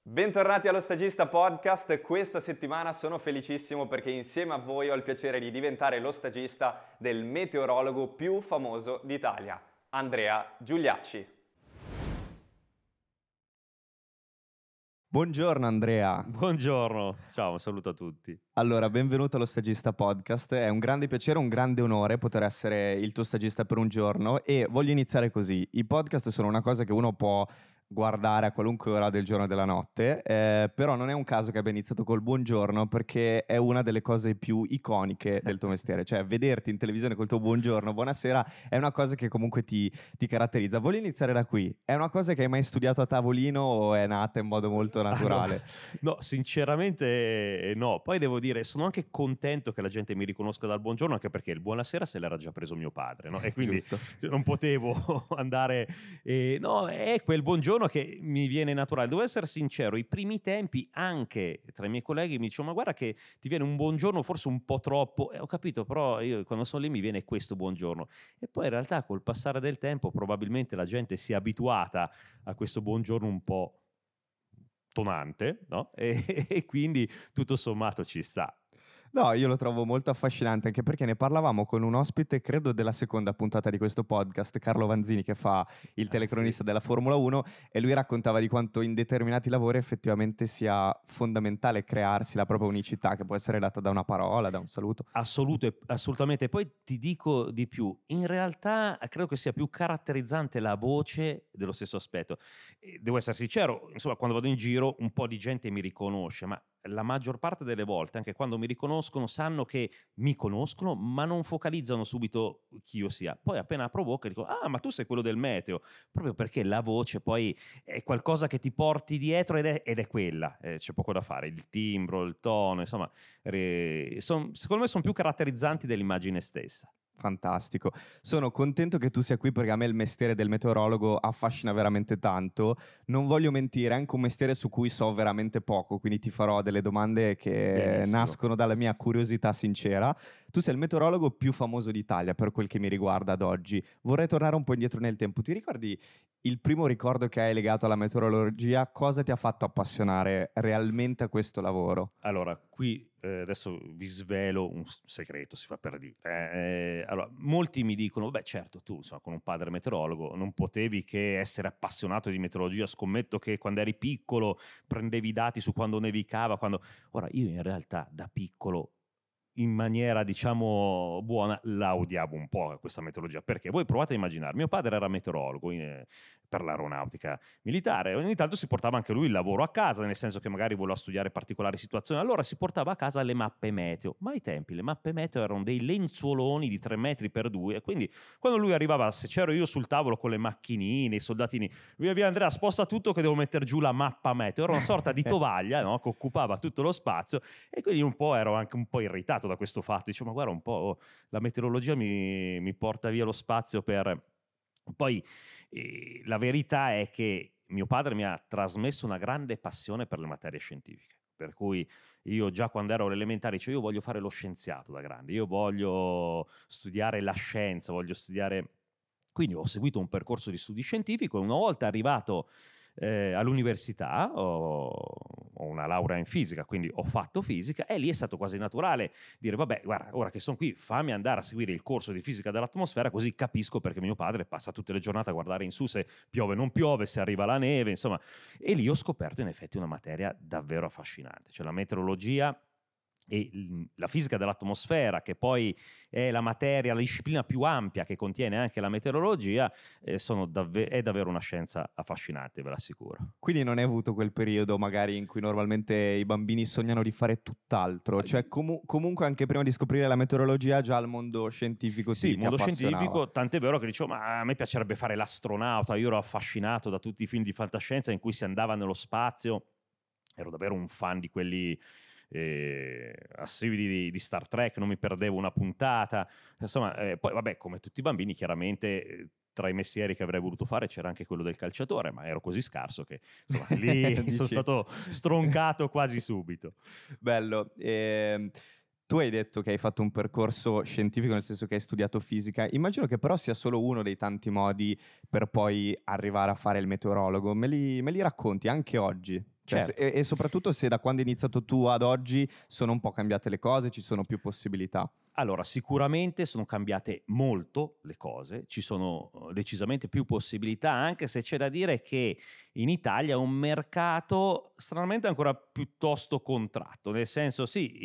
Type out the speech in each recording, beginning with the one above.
Bentornati allo Stagista Podcast. Questa settimana sono felicissimo perché insieme a voi ho il piacere di diventare lo stagista del meteorologo più famoso d'Italia, Andrea Giuliacci. Buongiorno Andrea. Buongiorno, ciao, un saluto a tutti. Allora, benvenuto allo Stagista Podcast. È un grande piacere, un grande onore poter essere il tuo stagista per un giorno e voglio iniziare così. I podcast sono una cosa che uno può guardare a qualunque ora del giorno e della notte, però non è un caso che abbia iniziato col buongiorno perché è una delle cose più iconiche del tuo mestiere, cioè vederti in televisione col tuo buongiorno, buonasera è una cosa che comunque ti caratterizza. Voglio iniziare da qui. È una cosa che hai mai studiato a tavolino o è nata in modo molto naturale? No, sinceramente no. Poi devo dire, sono anche contento che la gente mi riconosca dal buongiorno, anche perché il buonasera se l'era già preso mio padre, no? E quindi Giusto. non potevo andare... no, è quel buongiorno che mi viene naturale. Devo essere sincero, i primi tempi anche tra i miei colleghi mi dicevano: ma guarda che ti viene un buongiorno forse un po' troppo. E ho capito, però io quando sono lì mi viene questo buongiorno. E poi in realtà col passare del tempo probabilmente la gente si è abituata a questo buongiorno un po' tonante, no? E quindi tutto sommato ci sta. No, io lo trovo molto affascinante anche perché ne parlavamo con un ospite, credo della seconda puntata di questo podcast, Carlo Vanzini, che fa il telecronista Sì. della Formula 1, e lui raccontava di quanto in determinati lavori effettivamente sia fondamentale crearsi la propria unicità, che può essere data da una parola, da un saluto. Assolutamente. Poi ti dico di più, in realtà credo che sia più caratterizzante la voce dello stesso aspetto. Devo essere sincero, insomma, quando vado in giro un po' di gente mi riconosce, ma la maggior parte delle volte, anche quando mi riconoscono, sanno che mi conoscono, ma non focalizzano subito chi io sia. Poi appena apro bocca dico: ah, ma tu sei quello del meteo, proprio perché la voce poi è qualcosa che ti porti dietro ed è quella. C'è poco da fare, il timbro, il tono, insomma, secondo me sono più caratterizzanti dell'immagine stessa. Fantastico. Sono contento che tu sia qui perché a me il mestiere del meteorologo affascina veramente tanto. Non voglio mentire, è anche un mestiere su cui so veramente poco, quindi ti farò delle domande che Benissimo. nascono dalla mia curiosità sincera. Tu sei il meteorologo più famoso d'Italia per quel che mi riguarda ad oggi. Vorrei tornare un po' indietro nel tempo. Ti ricordi il primo ricordo che hai legato alla meteorologia? Cosa ti ha fatto appassionare realmente a questo lavoro? Allora, qui adesso vi svelo un segreto, si fa per dire. Allora, molti mi dicono: beh, certo, tu insomma, con un padre meteorologo non potevi che essere appassionato di meteorologia. Scommetto che quando eri piccolo prendevi i dati su quando nevicava. Ora, io in realtà da piccolo, in maniera diciamo buona, la odiavo un po' questa meteorologia, perché voi provate a immaginare, mio padre era meteorologo per l'aeronautica militare, ogni tanto si portava anche lui il lavoro a casa, nel senso che magari voleva studiare particolari situazioni, allora si portava a casa le mappe meteo, ma ai tempi le mappe meteo erano dei lenzuoloni di 3 metri per 2, e quindi quando lui arrivava, se c'ero io sul tavolo con le macchinine, i soldatini, via Andrea, sposta tutto che devo mettere giù la mappa meteo, era una sorta di tovaglia, no? Che occupava tutto lo spazio, e quindi un po' ero anche un po' irritato da questo fatto. Dicevo: ma guarda un po', la meteorologia mi porta via lo spazio per... Poi la verità è che mio padre mi ha trasmesso una grande passione per le materie scientifiche, per cui io già quando ero alle elementari dicevo: io voglio fare lo scienziato da grande, io voglio studiare la scienza, voglio studiare... Quindi ho seguito un percorso di studi scientifico, e una volta arrivato all'università ho una laurea in fisica, quindi ho fatto fisica, e lì è stato quasi naturale dire: vabbè, guarda, ora che sono qui fammi andare a seguire il corso di fisica dell'atmosfera, così capisco perché mio padre passa tutte le giornate a guardare in su se piove o non piove, se arriva la neve, insomma. E lì ho scoperto in effetti una materia davvero affascinante, cioè la meteorologia e la fisica dell'atmosfera, che poi è la materia, la disciplina più ampia che contiene anche la meteorologia, è davvero una scienza affascinante, ve l'assicuro. Quindi non hai avuto quel periodo magari in cui normalmente i bambini sognano di fare tutt'altro, cioè comunque anche prima di scoprire la meteorologia già il mondo scientifico Sì, il ti mondo appassionava. scientifico, tant'è vero che dicevo: ma a me piacerebbe fare l'astronauta, io ero affascinato da tutti i film di fantascienza in cui si andava nello spazio, ero davvero un fan di quelli assidui di Star Trek, non mi perdevo una puntata, insomma, poi vabbè, come tutti i bambini chiaramente, tra i mestieri che avrei voluto fare c'era anche quello del calciatore, ma ero così scarso che insomma lì sono Dici? stato stroncato quasi subito. Bello. Tu hai detto che hai fatto un percorso scientifico, nel senso che hai studiato fisica. Immagino che però sia solo uno dei tanti modi per poi arrivare a fare il meteorologo. Me li racconti anche oggi? Cioè, Certo. e soprattutto se da quando hai iniziato tu ad oggi sono un po' cambiate le cose, ci sono più possibilità. Allora, sicuramente sono cambiate molto le cose, ci sono decisamente più possibilità, anche se c'è da dire che in Italia è un mercato stranamente ancora piuttosto contratto, nel senso sì,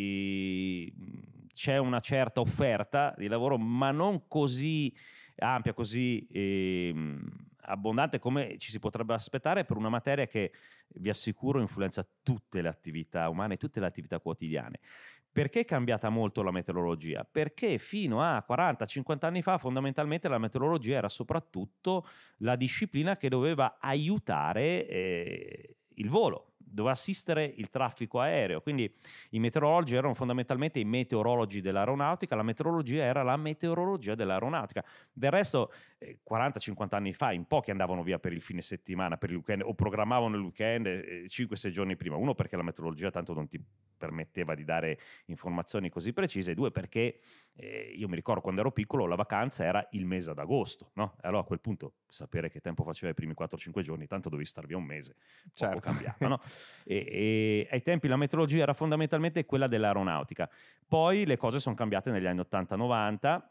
c'è una certa offerta di lavoro, ma non così ampia, così abbondante come ci si potrebbe aspettare per una materia che, vi assicuro, influenza tutte le attività umane, tutte le attività quotidiane. Perché è cambiata molto la meteorologia? Perché fino a 40-50 anni fa fondamentalmente la meteorologia era soprattutto la disciplina che doveva aiutare il volo, doveva assistere il traffico aereo, quindi i meteorologi erano fondamentalmente i meteorologi dell'aeronautica, la meteorologia era la meteorologia dell'aeronautica. Del resto 40-50 anni fa in pochi andavano via per il fine settimana, per il weekend, o programmavano il weekend 5-6 giorni prima. Uno, perché la meteorologia tanto non ti permetteva di dare informazioni così precise, e due, perché io mi ricordo quando ero piccolo la vacanza era il mese ad agosto, no? E allora a quel punto sapere che tempo faceva i primi 4-5 giorni, tanto dovevi star via un mese, poco Certo. cambiava, no? E ai tempi la meteorologia era fondamentalmente quella dell'aeronautica. Poi le cose sono cambiate negli anni 80-90,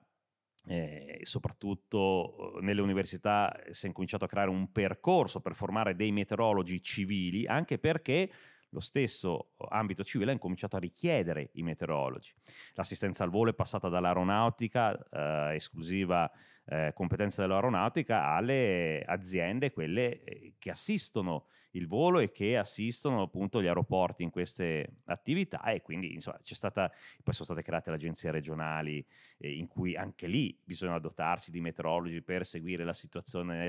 soprattutto nelle università si è incominciato a creare un percorso per formare dei meteorologi civili, anche perché lo stesso ambito civile ha incominciato a richiedere i meteorologi. L'assistenza al volo è passata dall'aeronautica, esclusiva competenza dell'aeronautica, alle aziende, quelle che assistono il volo e che assistono appunto gli aeroporti in queste attività, e quindi insomma poi sono state create le agenzie regionali in cui anche lì bisogna dotarsi di meteorologi per seguire la situazione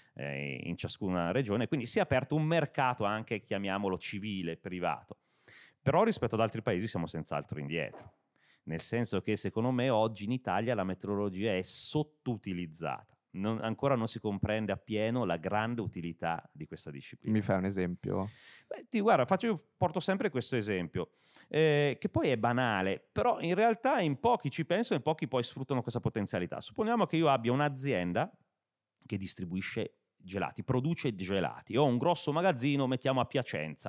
in ciascuna regione, quindi si è aperto un mercato anche, chiamiamolo civile, privato. Però rispetto ad altri paesi siamo senz'altro indietro, nel senso che secondo me oggi in Italia la meteorologia è sottoutilizzata. Ancora non si comprende appieno la grande utilità di questa disciplina. Mi fai un esempio? Beh, guarda, io porto sempre questo esempio, che poi è banale, però in realtà in pochi ci pensano e in pochi poi sfruttano questa potenzialità. Supponiamo che io abbia un'azienda che distribuisce gelati, produce gelati, ho un grosso magazzino, mettiamo a Piacenza,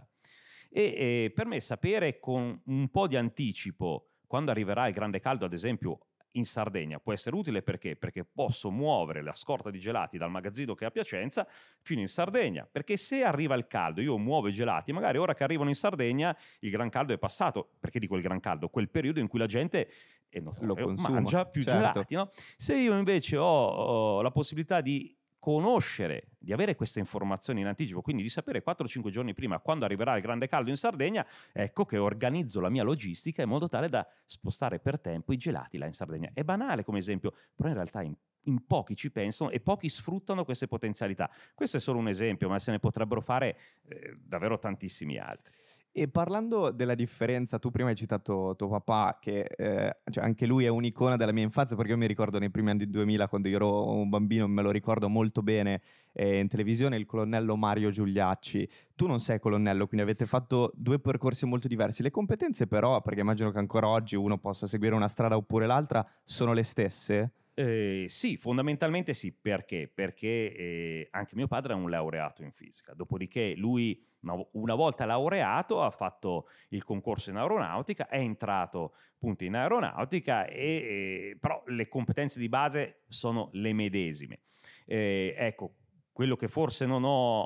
e per me sapere con un po' di anticipo quando arriverà il grande caldo, ad esempio in Sardegna, può essere utile perché posso muovere la scorta di gelati dal magazzino che è a Piacenza fino in Sardegna, perché se arriva il caldo io muovo i gelati, magari ora che arrivano in Sardegna il gran caldo è passato. Perché dico il gran caldo? Quel periodo in cui la gente è Lo consuma, mangia più certo. gelati, no? Se io invece ho la possibilità di conoscere, di avere queste informazioni in anticipo, quindi di sapere 4-5 giorni prima quando arriverà il grande caldo in Sardegna, ecco che organizzo la mia logistica in modo tale da spostare per tempo i gelati là in Sardegna. È banale come esempio, però in realtà in pochi ci pensano e pochi sfruttano queste potenzialità. Questo è solo un esempio, ma se ne potrebbero fare davvero tantissimi altri. E parlando della differenza, tu prima hai citato tuo papà, che cioè anche lui è un'icona della mia infanzia, perché io mi ricordo nei primi anni 2000, quando io ero un bambino, me lo ricordo molto bene, in televisione il colonnello Mario Giuliacci. Tu non sei colonnello, quindi avete fatto due percorsi molto diversi. Le competenze però, perché immagino che ancora oggi uno possa seguire una strada oppure l'altra, sono le stesse? Sì, fondamentalmente sì. Perché? Perché anche mio padre è un laureato in fisica, dopodiché lui una volta laureato ha fatto il concorso in aeronautica, è entrato appunto in aeronautica, però le competenze di base sono le medesime. Ecco, quello che forse non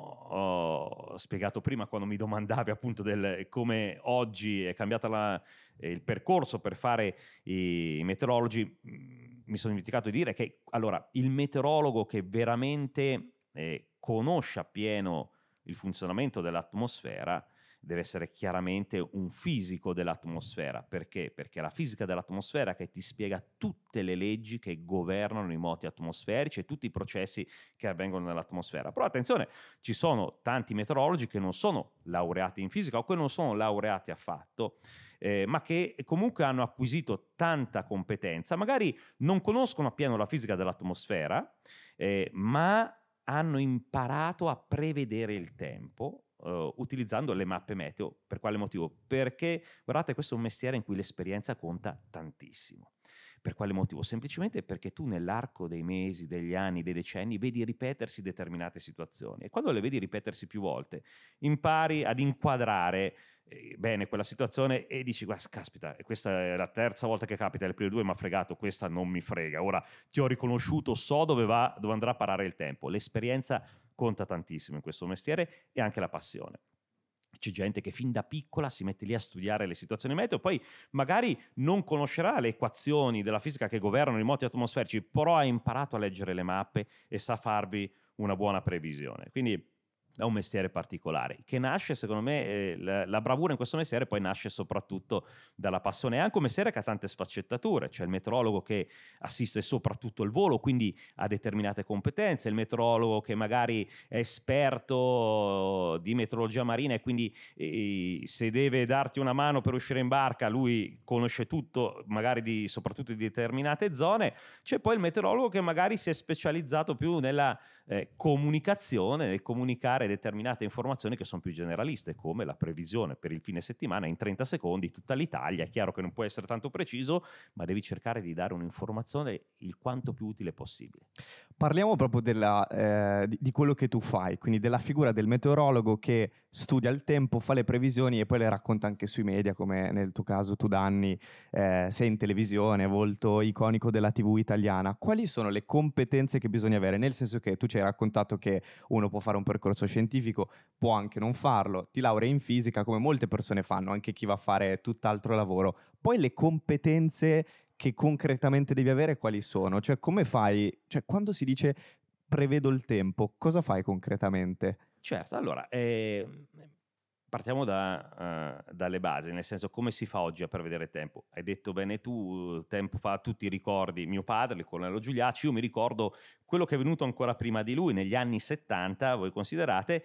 ho spiegato prima quando mi domandavi appunto del come oggi è cambiata il percorso per fare i meteorologi, mi sono dimenticato di dire che allora il meteorologo che veramente conosce appieno il funzionamento dell'atmosfera deve essere chiaramente un fisico dell'atmosfera. Perché? Perché è la fisica dell'atmosfera che ti spiega tutte le leggi che governano i moti atmosferici e tutti i processi che avvengono nell'atmosfera. Però attenzione, ci sono tanti meteorologi che non sono laureati in fisica o che non sono laureati affatto, ma che comunque hanno acquisito tanta competenza, magari non conoscono appieno la fisica dell'atmosfera, ma hanno imparato a prevedere il tempo utilizzando le mappe meteo. Per quale motivo? Perché, guardate, questo è un mestiere in cui l'esperienza conta tantissimo. Per quale motivo? Semplicemente perché tu nell'arco dei mesi, degli anni, dei decenni vedi ripetersi determinate situazioni, e quando le vedi ripetersi più volte impari ad inquadrare bene quella situazione e dici: caspita, questa è la terza volta che capita, le prime due mi ha fregato, questa non mi frega, ora ti ho riconosciuto, so dove andrà a parare il tempo. L'esperienza conta tantissimo in questo mestiere, e anche la passione. C'è gente che fin da piccola si mette lì a studiare le situazioni meteo, poi magari non conoscerà le equazioni della fisica che governano i moti atmosferici, però ha imparato a leggere le mappe e sa farvi una buona previsione. Quindi è un mestiere particolare che nasce, secondo me, la bravura in questo mestiere poi nasce soprattutto dalla passione. È anche un mestiere che ha tante sfaccettature. C'è il meteorologo che assiste soprattutto il volo, quindi ha determinate competenze, il meteorologo che magari è esperto di meteorologia marina e quindi se deve darti una mano per uscire in barca lui conosce tutto, magari soprattutto di determinate zone. C'è poi il meteorologo che magari si è specializzato più nella comunicazione, nel comunicare determinate informazioni che sono più generaliste, come la previsione per il fine settimana in 30 secondi tutta l'Italia. È chiaro che non può essere tanto preciso, ma devi cercare di dare un'informazione il quanto più utile possibile. Parliamo proprio di quello che tu fai, quindi della figura del meteorologo che studia il tempo, fa le previsioni e poi le racconta anche sui media, come nel tuo caso tu da anni sei in televisione, volto iconico della TV italiana. Quali sono le competenze che bisogna avere? Nel senso che tu ci hai raccontato che uno può fare un percorso scientifico, può anche non farlo, ti laurei in fisica come molte persone fanno, anche chi va a fare tutt'altro lavoro. Poi le competenze che concretamente devi avere quali sono? Cioè come fai? Cioè quando si dice prevedo il tempo, cosa fai concretamente? Certo, allora partiamo dalle basi, nel senso, come si fa oggi a prevedere il tempo? Hai detto bene tu, tempo fa tu ti ricordi mio padre, il colonnello Giuliacci, io mi ricordo quello che è venuto ancora prima di lui, negli anni 70, voi considerate,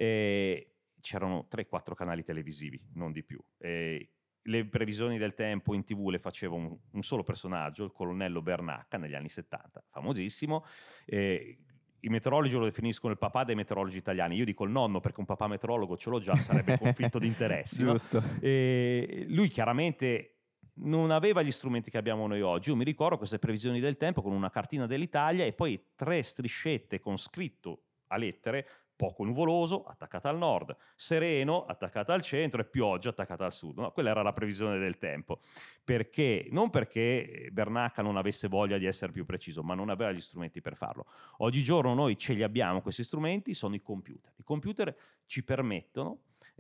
c'erano 3-4 canali televisivi, non di più. Le previsioni del tempo in TV le faceva un solo personaggio, il colonnello Bernacca, negli anni 70, famosissimo. I meteorologi lo definiscono il papà dei meteorologi italiani. Io dico il nonno perché un papà meteorologo ce l'ho già, sarebbe conflitto di interessi. Giusto. No? Lui chiaramente non aveva gli strumenti che abbiamo noi oggi. Io mi ricordo queste previsioni del tempo con una cartina dell'Italia e poi 3 striscette con scritto a lettere: poco nuvoloso, attaccata al nord, sereno, attaccata al centro, e pioggia attaccata al sud. No, quella era la previsione del tempo. Perché? Non perché Bernacca non avesse voglia di essere più preciso, ma non aveva gli strumenti per farlo. Oggigiorno noi ce li abbiamo, questi strumenti, sono i computer. I computer ci permettono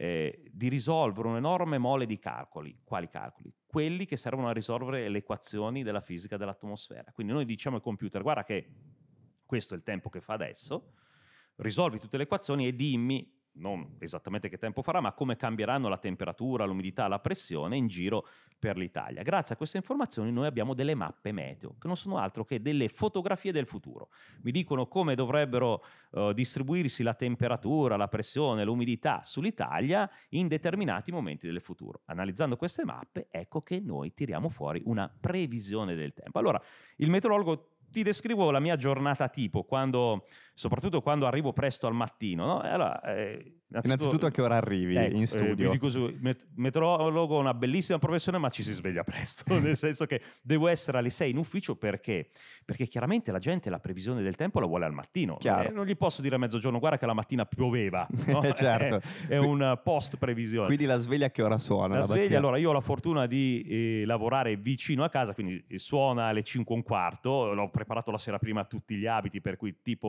di risolvere un'enorme mole di calcoli. Quali calcoli? Quelli che servono a risolvere le equazioni della fisica dell'atmosfera. Quindi noi diciamo al computer: guarda che questo è il tempo che fa adesso, risolvi tutte le equazioni e dimmi, non esattamente che tempo farà, ma come cambieranno la temperatura, l'umidità, la pressione in giro per l'Italia. Grazie a queste informazioni noi abbiamo delle mappe meteo, che non sono altro che delle fotografie del futuro. Mi dicono come dovrebbero distribuirsi la temperatura, la pressione, l'umidità sull'Italia in determinati momenti del futuro. Analizzando queste mappe, ecco che noi tiriamo fuori una previsione del tempo. Allora, il meteorologo, ti descrivo la mia giornata tipo, soprattutto quando arrivo presto al mattino, no? Allora, innanzitutto a che ora arrivi in studio? Vi dico meteorologo, una bellissima professione, ma ci si sveglia presto, nel senso che devo essere alle 6 in ufficio. Perché chiaramente la gente la previsione del tempo la vuole al mattino. Non gli posso dire a mezzogiorno: guarda che la mattina pioveva, no? Certo. È un post previsione. Quindi la sveglia a che ora suona? La sveglia, allora, io ho la fortuna di lavorare vicino a casa, quindi suona alle 5:15, l'ho preparato la sera prima tutti gli abiti, per cui tipo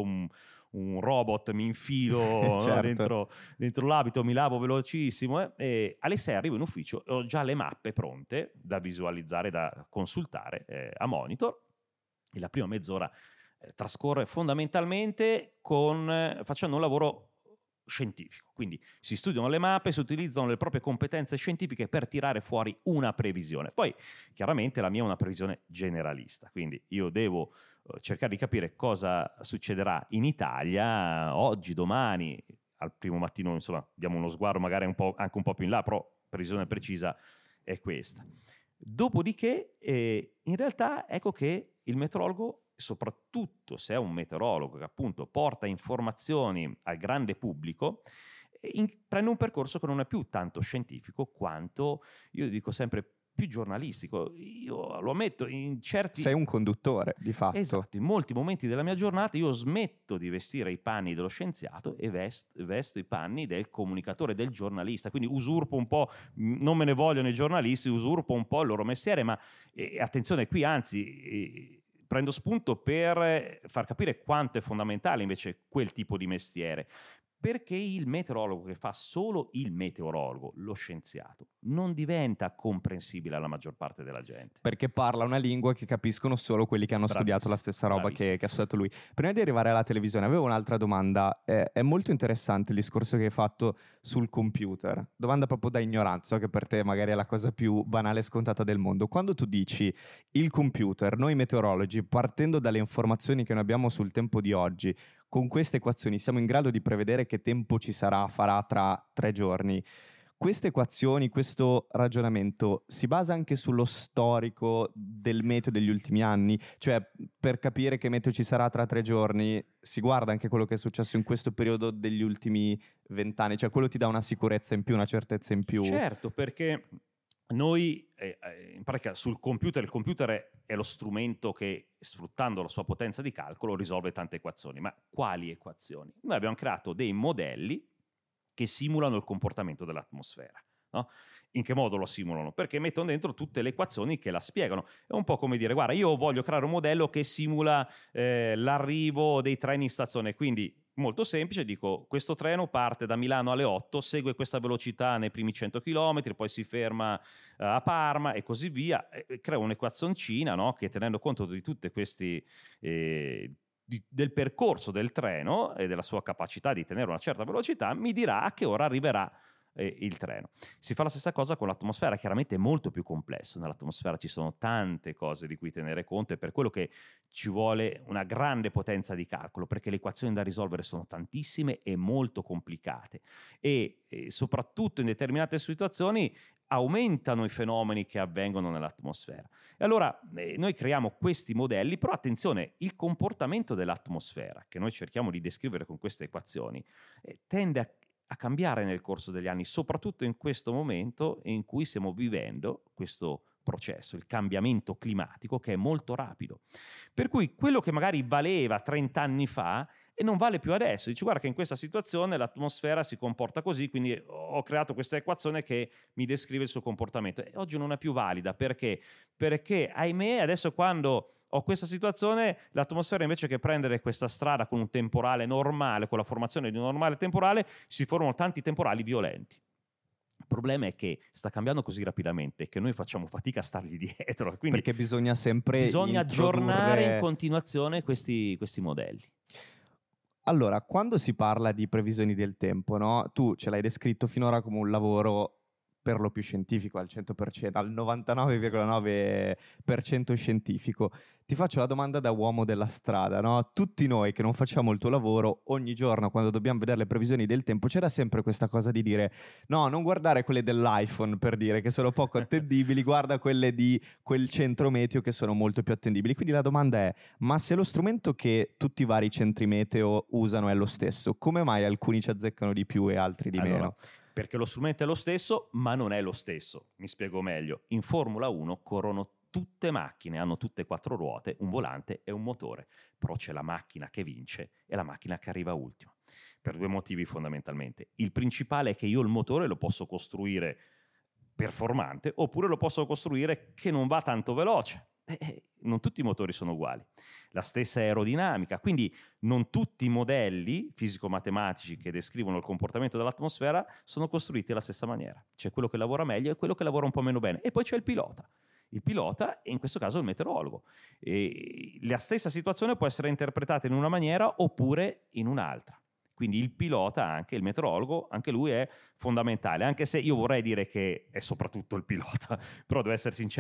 un robot mi infilo certo. dentro l'abito, mi lavo velocissimo e alle 6 arrivo in ufficio e ho già le mappe pronte da visualizzare, da consultare a monitor, e la prima mezz'ora trascorre fondamentalmente facendo un lavoro scientifico. Quindi si studiano le mappe, si utilizzano le proprie competenze scientifiche per tirare fuori una previsione. Poi chiaramente la mia è una previsione generalista, quindi io devo cercare di capire cosa succederà in Italia oggi, domani, al primo mattino. Insomma, diamo uno sguardo magari anche un po' più in là, però previsione precisa è questa. Dopodiché in realtà ecco che il meteorologo, soprattutto se è un meteorologo che appunto porta informazioni al grande pubblico, prende un percorso che non è più tanto scientifico quanto, io dico sempre, più giornalistico. Io lo ammetto, in certi... Sei un conduttore, di fatto. Esatto, in molti momenti della mia giornata io smetto di vestire i panni dello scienziato e vesto i panni del comunicatore, del giornalista, quindi usurpo un po', non me ne vogliono i giornalisti, usurpo un po' il loro mestiere, ma attenzione qui, anzi... prendo spunto per far capire quanto è fondamentale invece quel tipo di mestiere. Perché il meteorologo che fa solo il meteorologo, lo scienziato, non diventa comprensibile alla maggior parte della gente. Perché parla una lingua che capiscono solo quelli che hanno studiato la stessa roba che ha studiato lui. Prima di arrivare alla televisione avevo un'altra domanda. È molto interessante il discorso che hai fatto sul computer. Domanda proprio da ignorante, so che per te magari è la cosa più banale e scontata del mondo. Quando tu dici il computer, noi meteorologi, partendo dalle informazioni che noi abbiamo sul tempo di oggi, con queste equazioni siamo in grado di prevedere che tempo ci farà tra 3 giorni. Queste equazioni, questo ragionamento si basa anche sullo storico del meteo degli ultimi anni? Cioè, per capire che meteo ci sarà tra 3 giorni, si guarda anche quello che è successo in questo periodo degli ultimi 20 anni? Cioè, quello ti dà una sicurezza in più, una certezza in più? Certo, perché noi, in pratica, sul computer, il computer è lo strumento che, sfruttando la sua potenza di calcolo, risolve tante equazioni. Ma quali equazioni? Noi abbiamo creato dei modelli che simulano il comportamento dell'atmosfera. No? In che modo lo simulano? Perché mettono dentro tutte le equazioni che la spiegano. È un po' come dire, guarda, io voglio creare un modello che simula l'arrivo dei treni in stazione, quindi molto semplice, dico, questo treno parte da Milano alle 8, segue questa velocità nei primi 100 km, poi si ferma a Parma e così via, crea un'equazioncina, no? Che tenendo conto di tutte questi... del percorso del treno e della sua capacità di tenere una certa velocità, mi dirà a che ora arriverà il treno. Si fa la stessa cosa con l'atmosfera, chiaramente è molto più complesso. Nell'atmosfera ci sono tante cose di cui tenere conto e per quello che ci vuole una grande potenza di calcolo, perché le equazioni da risolvere sono tantissime e molto complicate e soprattutto in determinate situazioni aumentano i fenomeni che avvengono nell'atmosfera. E allora noi creiamo questi modelli, però attenzione, il comportamento dell'atmosfera, che noi cerchiamo di descrivere con queste equazioni, tende a cambiare nel corso degli anni, soprattutto in questo momento in cui stiamo vivendo questo processo, il cambiamento climatico, che è molto rapido. Per cui quello che magari valeva 30 anni fa e non vale più adesso. Dici, guarda che in questa situazione l'atmosfera si comporta così, quindi ho creato questa equazione che mi descrive il suo comportamento. E oggi non è più valida. Perché? Perché, ahimè, adesso quando ho questa situazione, l'atmosfera invece che prendere questa strada con un temporale normale, con la formazione di un normale temporale, si formano tanti temporali violenti. Il problema è che sta cambiando così rapidamente che noi facciamo fatica a stargli dietro. Quindi perché bisogna sempre aggiornare in continuazione questi modelli. Allora, quando si parla di previsioni del tempo, no? Tu ce l'hai descritto finora come un lavoro per lo più scientifico, al 100%, al 99,9% scientifico. Ti faccio la domanda da uomo della strada, no? Tutti noi che non facciamo il tuo lavoro, ogni giorno quando dobbiamo vedere le previsioni del tempo, c'era sempre questa cosa di dire no, non guardare quelle dell'iPhone, per dire, che sono poco attendibili, guarda quelle di quel centro meteo che sono molto più attendibili. Quindi la domanda è, ma se lo strumento che tutti i vari centri meteo usano è lo stesso, come mai alcuni ci azzeccano di più e altri di meno? Perché lo strumento è lo stesso, ma non è lo stesso. Mi spiego meglio. In Formula 1 corrono tutte macchine, hanno tutte 4 ruote, un volante e un motore. Però c'è la macchina che vince e la macchina che arriva ultima. Per 2 motivi fondamentalmente. Il principale è che io il motore lo posso costruire performante oppure lo posso costruire che non va tanto veloce. Non tutti i motori sono uguali. La stessa aerodinamica, quindi non tutti i modelli fisico-matematici che descrivono il comportamento dell'atmosfera sono costruiti alla stessa maniera. C'è quello che lavora meglio e quello che lavora un po' meno bene. E poi c'è il pilota. Il pilota è in questo caso il meteorologo. E la stessa situazione può essere interpretata in una maniera oppure in un'altra. Quindi il pilota, anche il meteorologo, anche lui è fondamentale, anche se io vorrei dire che è soprattutto il pilota, però devo essere sincero,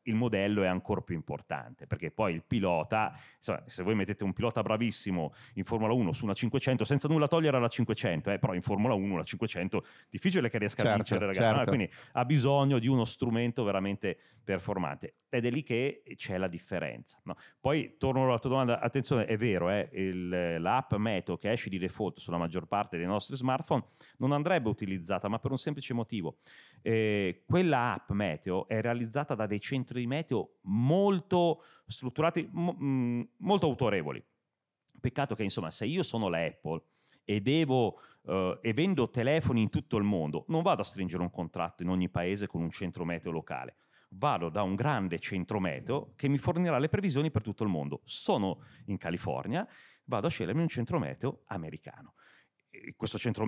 il modello è ancora più importante, perché poi il pilota, insomma, se voi mettete un pilota bravissimo in Formula 1 su una 500, senza nulla togliere alla 500, però in Formula 1 la 500 difficile che riesca a vincere, ragazzi. Certo. Quindi ha bisogno di uno strumento veramente performante, ed è lì che c'è la differenza, no? Poi torno alla tua domanda, attenzione, è vero, l'app Meteo che esce di default sulla maggior parte dei nostri smartphone non andrebbe utilizzata, ma per un semplice motivo. Quella app Meteo è realizzata da dei centri meteo molto strutturati, molto autorevoli. Peccato che, insomma, se io sono la Apple e e vendo telefoni in tutto il mondo, non vado a stringere un contratto in ogni paese con un centro meteo locale. Vado da un grande centro meteo che mi fornirà le previsioni per tutto il mondo. Sono in California, vado a scegliermi un centro meteo americano. In questo centro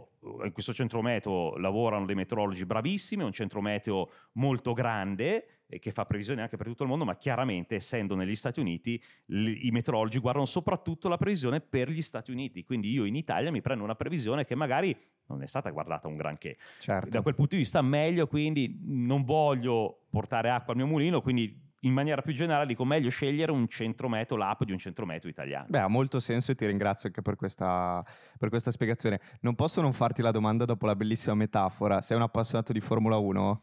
meteo lavorano dei meteorologi bravissimi, è un centro meteo molto grande e che fa previsioni anche per tutto il mondo, ma chiaramente, essendo negli Stati Uniti, i meteorologi guardano soprattutto la previsione per gli Stati Uniti. Quindi io in Italia mi prendo una previsione che magari non è stata guardata un granché. Certo. Da quel punto di vista meglio, quindi non voglio portare acqua al mio mulino, quindi in maniera più generale dico meglio scegliere un centro meteo, l'app di un centro meteo italiano. Beh, ha molto senso e ti ringrazio anche per questa spiegazione. Non posso non farti la domanda dopo la bellissima metafora. Sei un appassionato di Formula 1?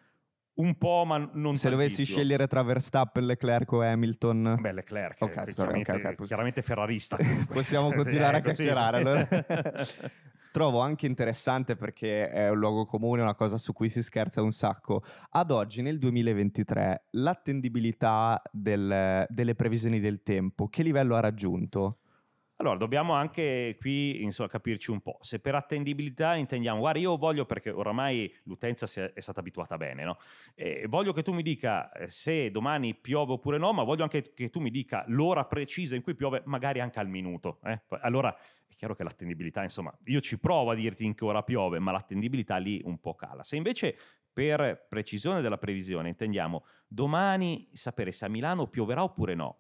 Un po', ma non Se dovessi tantissimo. scegliere tra Verstappen, Leclerc o Hamilton? Beh, Leclerc, Ok, chiaramente ferrarista. Possiamo continuare a Ecco, sì, chiacchierare, sì. allora. Trovo anche interessante, perché è un luogo comune, una cosa su cui si scherza un sacco. Ad oggi, nel 2023, l'attendibilità delle previsioni del tempo, che livello ha raggiunto? Allora, dobbiamo anche qui, insomma, capirci un po'. Se per attendibilità intendiamo, guarda, io voglio, perché oramai l'utenza è stata abituata bene, no? Voglio che tu mi dica se domani piove oppure no, ma voglio anche che tu mi dica l'ora precisa in cui piove, magari anche al minuto. Allora, è chiaro che l'attendibilità, insomma, io ci provo a dirti in che ora piove, ma l'attendibilità lì un po' cala. Se invece per precisione della previsione intendiamo domani sapere se a Milano pioverà oppure no,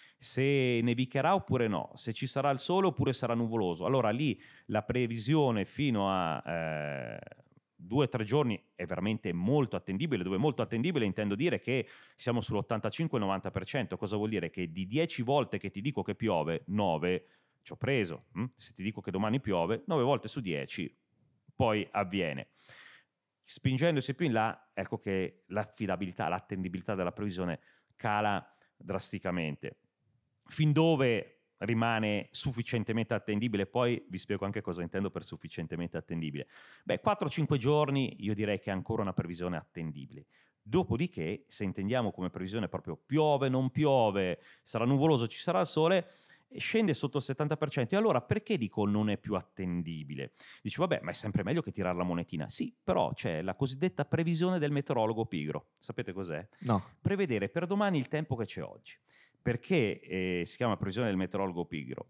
se nevicherà oppure no, se ci sarà il sole oppure sarà nuvoloso, allora lì la previsione fino a 2 o 3 giorni è veramente molto attendibile. Dove molto attendibile intendo dire che siamo sull'85-90%. Cosa vuol dire? Che di 10 volte che ti dico che piove, 9 ci ho preso. Se ti dico che domani piove, 9 volte su 10 poi avviene. Spingendosi più in là, ecco che l'affidabilità, l'attendibilità della previsione cala drasticamente. Fin dove rimane sufficientemente attendibile? Poi vi spiego anche cosa intendo per sufficientemente attendibile. 4-5 giorni io direi che è ancora una previsione attendibile. Dopodiché, se intendiamo come previsione proprio piove, non piove, sarà nuvoloso, ci sarà il sole, scende sotto il 70%. E allora perché dico non è più attendibile? Dici, vabbè, ma è sempre meglio che tirare la monetina. Sì, però c'è la cosiddetta previsione del meteorologo pigro. Sapete cos'è? No. Prevedere per domani il tempo che c'è oggi. Perché si chiama previsione del meteorologo pigro?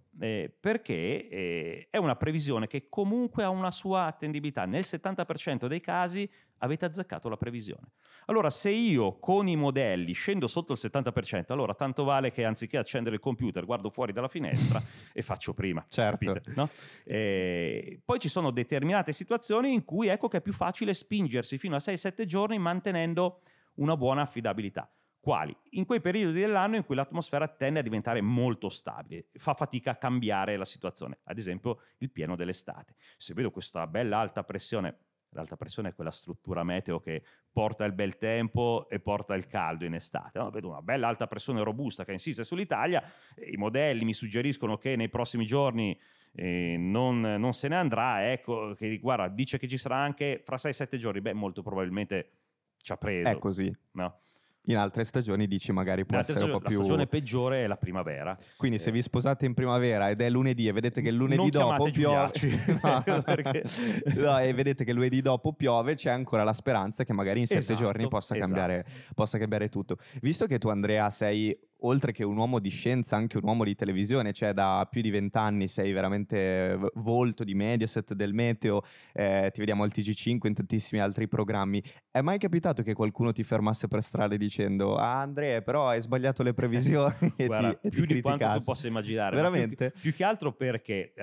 Perché è una previsione che comunque ha una sua attendibilità. Nel 70% dei casi avete azzeccato la previsione. Allora, se io con i modelli scendo sotto il 70%, allora tanto vale che anziché accendere il computer guardo fuori dalla finestra e faccio prima. Certo. Capite, no? Poi ci sono determinate situazioni in cui ecco che è più facile spingersi fino a 6-7 giorni mantenendo una buona affidabilità. Quali? In quei periodi dell'anno in cui l'atmosfera tende a diventare molto stabile, fa fatica a cambiare la situazione, ad esempio il pieno dell'estate. Se vedo questa bella alta pressione, l'alta pressione è quella struttura meteo che porta il bel tempo e porta il caldo in estate, no? Vedo una bella alta pressione robusta che insiste sull'Italia, i modelli mi suggeriscono che nei prossimi giorni non se ne andrà, ecco, che guarda, dice che ci sarà anche fra 6-7 giorni, molto probabilmente ci ha preso. È così. No? In altre stagioni dici magari può essere un po' più... La stagione peggiore è la primavera. Quindi se vi sposate in primavera ed è lunedì e vedete che il lunedì dopo piove... no, perché... no, e vedete che il lunedì dopo piove, c'è ancora la speranza che magari in 7 giorni possa cambiare tutto. Visto che tu, Andrea, sei, oltre che un uomo di scienza, anche un uomo di televisione, cioè da più di 20 anni sei veramente volto di Mediaset, del meteo, ti vediamo al TG5 in tantissimi altri programmi. È mai capitato che qualcuno ti fermasse per strada dicendo Andrea, però hai sbagliato le previsioni? Guarda, e più ti di quanto tu criticasse? possa immaginare. Veramente? Più che altro perché... Allora,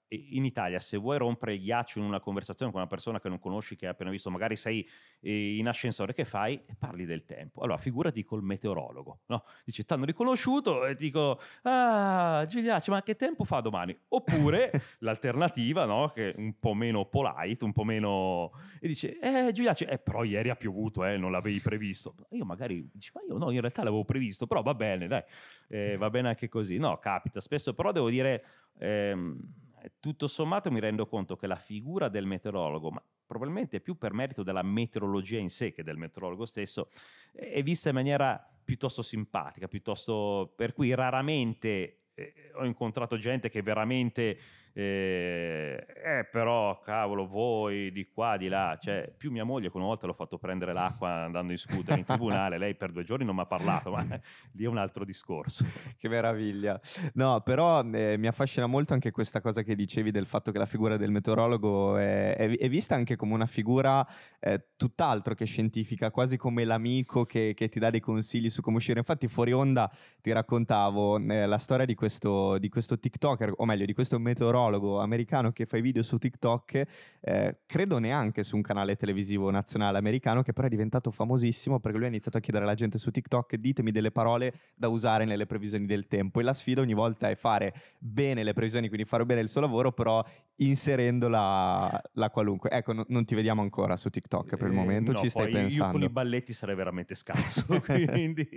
in Italia, se vuoi rompere il ghiaccio in una conversazione con una persona che non conosci, che hai appena visto, magari sei in ascensore, che fai? Parli del tempo. Allora, figurati col meteorologo, no? Dice, t'hanno riconosciuto e dico, ah, Giuliacci, ma che tempo fa domani? Oppure l'alternativa, no? Che è un po' meno polite, un po' meno... E dice, Giuliacci, però ieri ha piovuto, non l'avevi previsto. Io magari, dice, ma io no, in realtà l'avevo previsto, però va bene, dai, va bene anche così. No, capita spesso, però devo dire... tutto sommato mi rendo conto che la figura del meteorologo, ma probabilmente più per merito della meteorologia in sé che del meteorologo stesso, è vista in maniera piuttosto simpatica, piuttosto per cui raramente ho incontrato gente che veramente però cavolo voi di qua di là, cioè più mia moglie che una volta l'ho fatto prendere l'acqua andando in scooter in tribunale, lei per 2 giorni non mi ha parlato, ma lì è un altro discorso. Che meraviglia. No, però mi affascina molto anche questa cosa che dicevi del fatto che la figura del meteorologo è vista anche come una figura tutt'altro che scientifica, quasi come l'amico che ti dà dei consigli su come uscire. Infatti fuori onda ti raccontavo la storia di questo TikToker, o meglio di questo meteorologo americano che fa i video su TikTok, credo neanche su un canale televisivo nazionale americano, che però è diventato famosissimo perché lui ha iniziato a chiedere alla gente su TikTok: ditemi delle parole da usare nelle previsioni del tempo, e la sfida ogni volta è fare bene le previsioni, quindi fare bene il suo lavoro, però inserendo la qualunque. Ecco, non ti vediamo ancora su TikTok per il momento, no, ci stai pensando? Io con i balletti sarei veramente scarso, quindi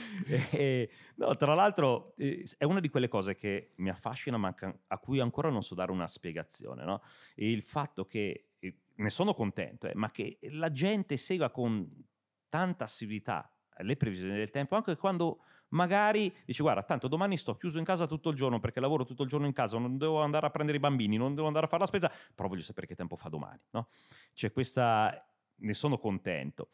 no, tra l'altro è una di quelle cose che mi affascina ma a cui ancora non so dare una spiegazione, no? E il fatto che ne sono contento, ma che la gente segua con tanta assiduità le previsioni del tempo, anche quando magari dici guarda, tanto domani sto chiuso in casa tutto il giorno perché lavoro tutto il giorno in casa, non devo andare a prendere i bambini, non devo andare a fare la spesa, però voglio sapere che tempo fa domani, no? C'è questa... ne sono contento.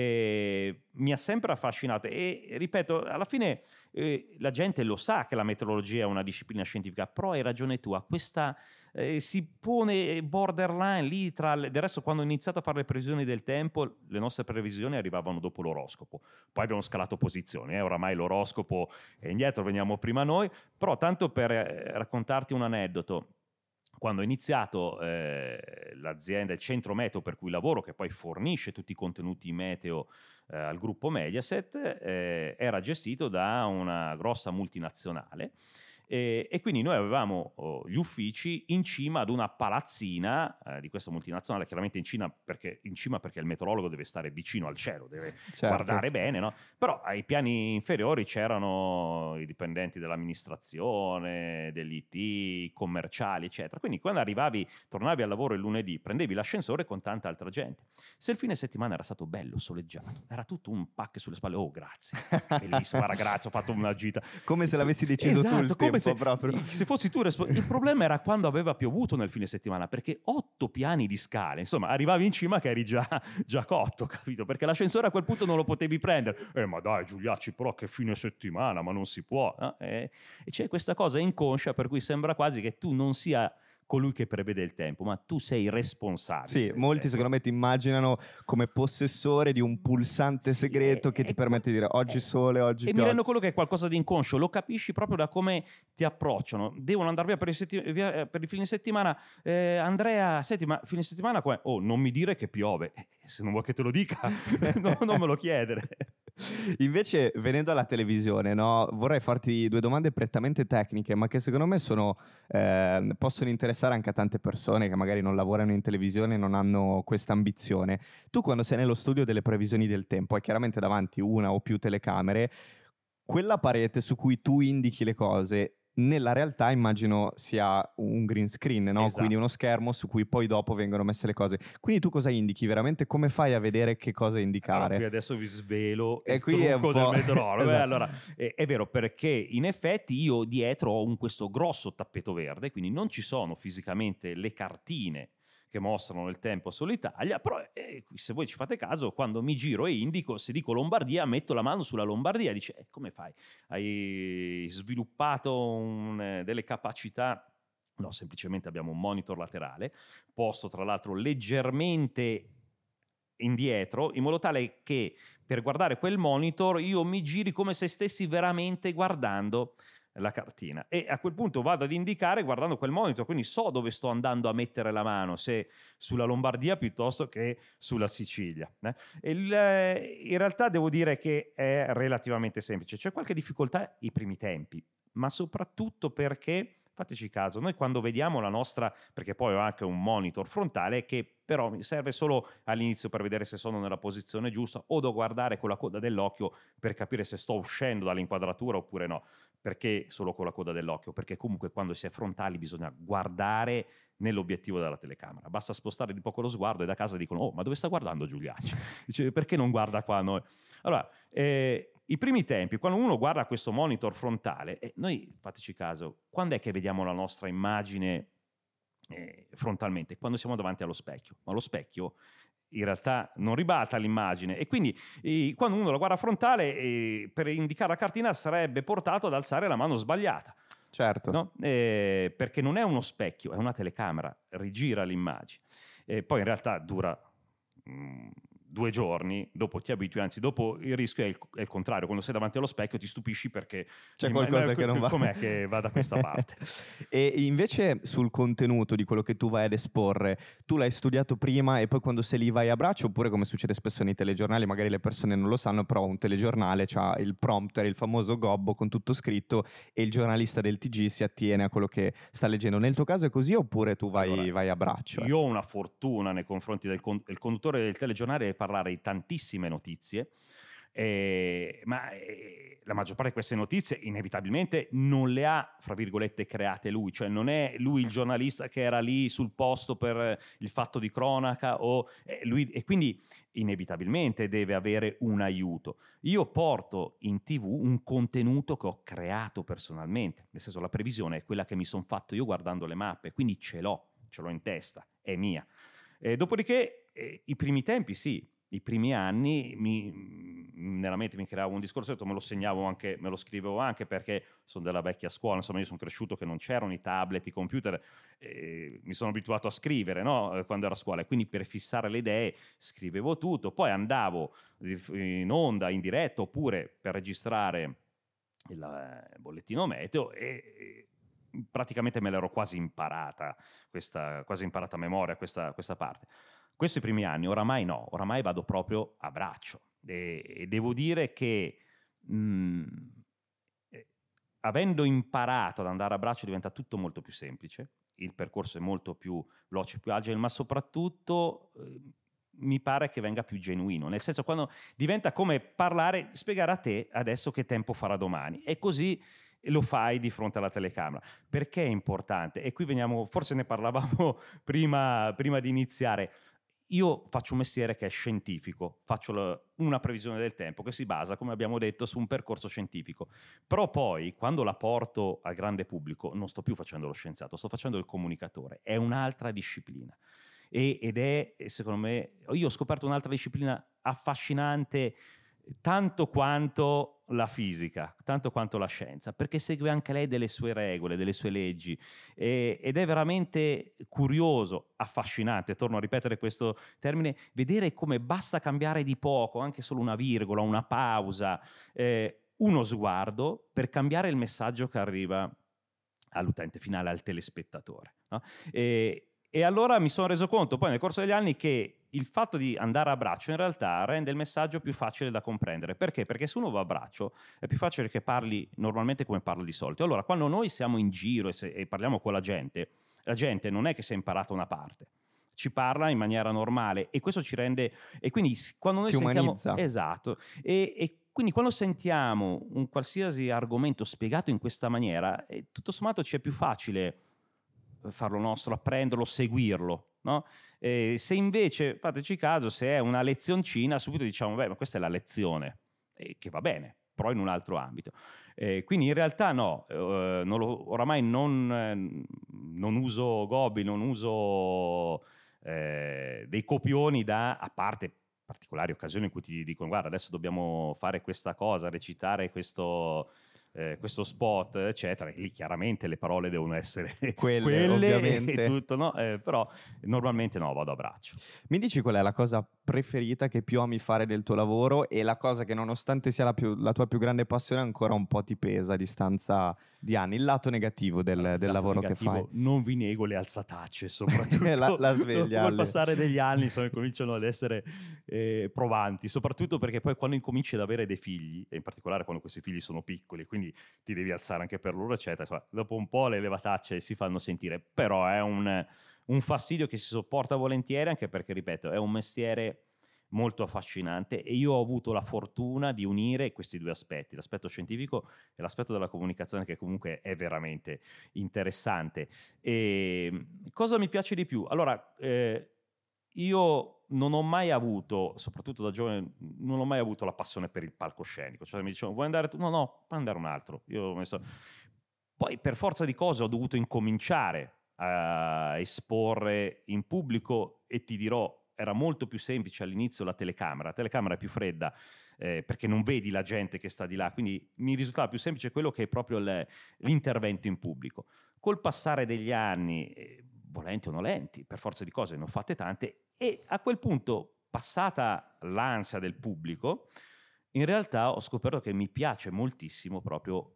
Mi ha sempre affascinato e ripeto, alla fine la gente lo sa che la meteorologia è una disciplina scientifica, però hai ragione tu, a questa si pone borderline lì tra del resto, quando ho iniziato a fare le previsioni del tempo, le nostre previsioni arrivavano dopo l'oroscopo, poi abbiamo scalato posizioni, oramai l'oroscopo è indietro, veniamo prima noi, però tanto per raccontarti un aneddoto. Quando ho iniziato l'azienda, il centro meteo per cui lavoro, che poi fornisce tutti i contenuti meteo al gruppo Mediaset, era gestito da una grossa multinazionale e quindi noi avevamo gli uffici in cima ad una palazzina di questa multinazionale, chiaramente in cima perché il meteorologo deve stare vicino al cielo, deve guardare bene, no? Però ai piani inferiori c'erano i dipendenti dell'amministrazione, dell'IT, i commerciali, eccetera. Quindi quando arrivavi, tornavi al lavoro il lunedì, prendevi l'ascensore con tanta altra gente. Se il fine settimana era stato bello, soleggiato, era tutto un pack sulle spalle, oh grazie, bellissimo, guarda, grazie, ho fatto una gita. Come se l'avessi deciso tu il tempo. Se fossi tu il problema era quando aveva piovuto nel fine settimana, perché 8 piani di scale, insomma, arrivavi in cima che eri già cotto, capito? Perché l'ascensore a quel punto non lo potevi prendere. Ma dai Giuliacci, però che fine settimana, ma non si può. No? E c'è questa cosa inconscia per cui sembra quasi che tu non sia colui che prevede il tempo, ma tu sei responsabile. Sì, molti secondo me ti immaginano come possessore di un pulsante segreto che ti permette di dire oggi sole, oggi pioggia. E mi rendo conto che è qualcosa di inconscio, lo capisci proprio da come ti approcciano. Devono andare via per il fine settimana. Andrea, senti, ma fine settimana qua? Oh, non mi dire che piove. Se non vuoi che te lo dica, non me lo chiedere. Invece, venendo alla televisione, no, vorrei farti 2 domande prettamente tecniche, ma che secondo me possono interessare anche a tante persone che magari non lavorano in televisione e non hanno questa ambizione. Tu, quando sei nello studio delle previsioni del tempo, hai chiaramente davanti una o più telecamere, quella parete su cui tu indichi le cose, nella realtà immagino sia un green screen, no? Esatto. Quindi uno schermo su cui poi dopo vengono messe le cose. Quindi tu cosa indichi? Veramente come fai a vedere che cosa indicare? Allora, qui adesso vi svelo il qui trucco del meteorologo. Esatto. Allora, è vero, perché in effetti io dietro ho questo grosso tappeto verde, quindi non ci sono fisicamente le cartine che mostrano il tempo sull'Italia, però se voi ci fate caso, quando mi giro e indico, se dico Lombardia, metto la mano sulla Lombardia, dice come fai? Hai sviluppato delle capacità? No, semplicemente abbiamo un monitor laterale, posto tra l'altro leggermente indietro, in modo tale che per guardare quel monitor io mi giri come se stessi veramente guardando la cartina, e a quel punto vado ad indicare guardando quel monitor, quindi so dove sto andando a mettere la mano, se sulla Lombardia piuttosto che sulla Sicilia. In realtà devo dire che è relativamente semplice, c'è qualche difficoltà i primi tempi, ma soprattutto perché, fateci caso, noi quando vediamo la nostra, perché poi ho anche un monitor frontale che però mi serve solo all'inizio per vedere se sono nella posizione giusta, o devo guardare con la coda dell'occhio per capire se sto uscendo dall'inquadratura oppure no. Perché solo con la coda dell'occhio? Perché comunque quando si è frontali bisogna guardare nell'obiettivo della telecamera, basta spostare di poco lo sguardo e da casa dicono: oh, ma dove sta guardando Giuliacci? Dice, perché non guarda qua noi? Allora, i primi tempi, quando uno guarda questo monitor frontale, noi, fateci caso, quando è che vediamo la nostra immagine frontalmente? Quando siamo davanti allo specchio, ma lo specchio in realtà non ribalta l'immagine, e quindi quando uno la guarda frontale, per indicare la cartina sarebbe portato ad alzare la mano sbagliata. Certo. No? Perché non è uno specchio, è una telecamera, rigira l'immagine. Poi in realtà dura 2 giorni, dopo ti abitui, anzi dopo il rischio è il contrario, quando sei davanti allo specchio ti stupisci perché c'è qualcosa che non va. Com'è che va da questa parte? E invece sul contenuto di quello che tu vai ad esporre, tu l'hai studiato prima e poi quando sei lì vai a braccio, oppure come succede spesso nei telegiornali, magari le persone non lo sanno, però un telegiornale c'ha il prompter, il famoso gobbo con tutto scritto, e il giornalista del TG si attiene a quello che sta leggendo. Nel tuo caso è così oppure tu vai a braccio? Io ho una fortuna nei confronti del conduttore del telegiornale di parlare di tantissime notizie, ma la maggior parte di queste notizie inevitabilmente non le ha, fra virgolette, create lui, cioè non è lui il giornalista che era lì sul posto per il fatto di cronaca, e quindi inevitabilmente deve avere un aiuto. Io porto in TV un contenuto che ho creato personalmente, nel senso la previsione è quella che mi sono fatto io guardando le mappe, quindi ce l'ho in testa, è mia. Dopodiché i primi tempi sì, i primi anni nella mente mi creavo un discorso, me lo segnavo anche, me lo scrivevo anche, perché sono della vecchia scuola, insomma io sono cresciuto che non c'erano i tablet, i computer, mi sono abituato a scrivere, no? Quando ero a scuola, e quindi per fissare le idee scrivevo tutto, poi andavo in onda, in diretta, oppure per registrare il bollettino meteo, e praticamente me l'ero quasi imparata a memoria questa parte. Questi primi anni, oramai no, oramai vado proprio a braccio, e devo dire che avendo imparato ad andare a braccio diventa tutto molto più semplice, il percorso è molto più veloce, più agile, ma soprattutto mi pare che venga più genuino, nel senso, quando diventa come parlare, spiegare a te adesso che tempo farà domani, e così lo fai di fronte alla telecamera. Perché è importante? E qui veniamo, forse ne parlavamo prima di iniziare. Io faccio un mestiere che è scientifico, faccio una previsione del tempo che si basa, come abbiamo detto, su un percorso scientifico, però poi quando la porto al grande pubblico non sto più facendo lo scienziato, sto facendo il comunicatore, è un'altra disciplina, ed è, secondo me, io ho scoperto un'altra disciplina affascinante tanto quanto la fisica, tanto quanto la scienza, perché segue anche lei delle sue regole, delle sue leggi, ed è veramente curioso, affascinante, torno a ripetere questo termine, vedere come basta cambiare di poco, anche solo una virgola, una pausa, uno sguardo, per cambiare il messaggio che arriva all'utente finale, al telespettatore, no? E allora mi sono reso conto poi nel corso degli anni che il fatto di andare a braccio in realtà rende il messaggio più facile da comprendere. Perché? Perché se uno va a braccio è più facile che parli normalmente come parla di solito. Allora, quando noi siamo in giro e parliamo con la gente non è che si è imparata una parte, ci parla in maniera normale, e questo ci rende, e quindi quando noi ti sentiamo umanizza. esatto, e quindi quando sentiamo un qualsiasi argomento spiegato in questa maniera, tutto sommato ci è più facile farlo nostro, apprenderlo, seguirlo, no? Se invece, fateci caso, se è una lezioncina, subito diciamo, beh, ma questa è la lezione, che va bene, però in un altro ambito. Quindi in realtà no, oramai non uso Gobi, non uso dei copioni, a parte particolari occasioni in cui ti dicono: guarda, adesso dobbiamo fare questa cosa, recitare questo questo spot, eccetera, e lì chiaramente le parole devono essere quelle ovviamente. E tutto, no? Però normalmente no, vado a braccio. Mi dici qual è la cosa preferita che più ami fare del tuo lavoro e la cosa che nonostante sia la tua più grande passione ancora un po' ti pesa a distanza di anni, il lato negativo del Lato lavoro negativo, che fai? non vi nego le alzatacce, soprattutto la sveglia col passare degli anni, insomma, cominciano ad essere provanti, soprattutto perché poi quando incominci ad avere dei figli, e in particolare quando questi figli sono piccoli, quindi ti devi alzare anche per loro, eccetera, insomma, dopo un po' le levatacce si fanno sentire, però è un fastidio che si sopporta volentieri, anche perché, ripeto, è un mestiere molto affascinante e io ho avuto la fortuna di unire questi due aspetti, l'aspetto scientifico e l'aspetto della comunicazione, che comunque è veramente interessante. E cosa mi piace di più? Allora, io non ho mai avuto, soprattutto da giovane, non ho mai avuto la passione per il palcoscenico, cioè mi dicevano vuoi andare tu? No, puoi andare un altro. Io ho messo... Poi per forza di cose ho dovuto incominciare a esporre in pubblico e ti dirò, era molto più semplice all'inizio la telecamera è più fredda perché non vedi la gente che sta di là, quindi mi risultava più semplice quello che è proprio l'intervento in pubblico. Col passare degli anni, volenti o nolenti, per forza di cose ne ho fatte tante e a quel punto, passata l'ansia del pubblico, in realtà ho scoperto che mi piace moltissimo proprio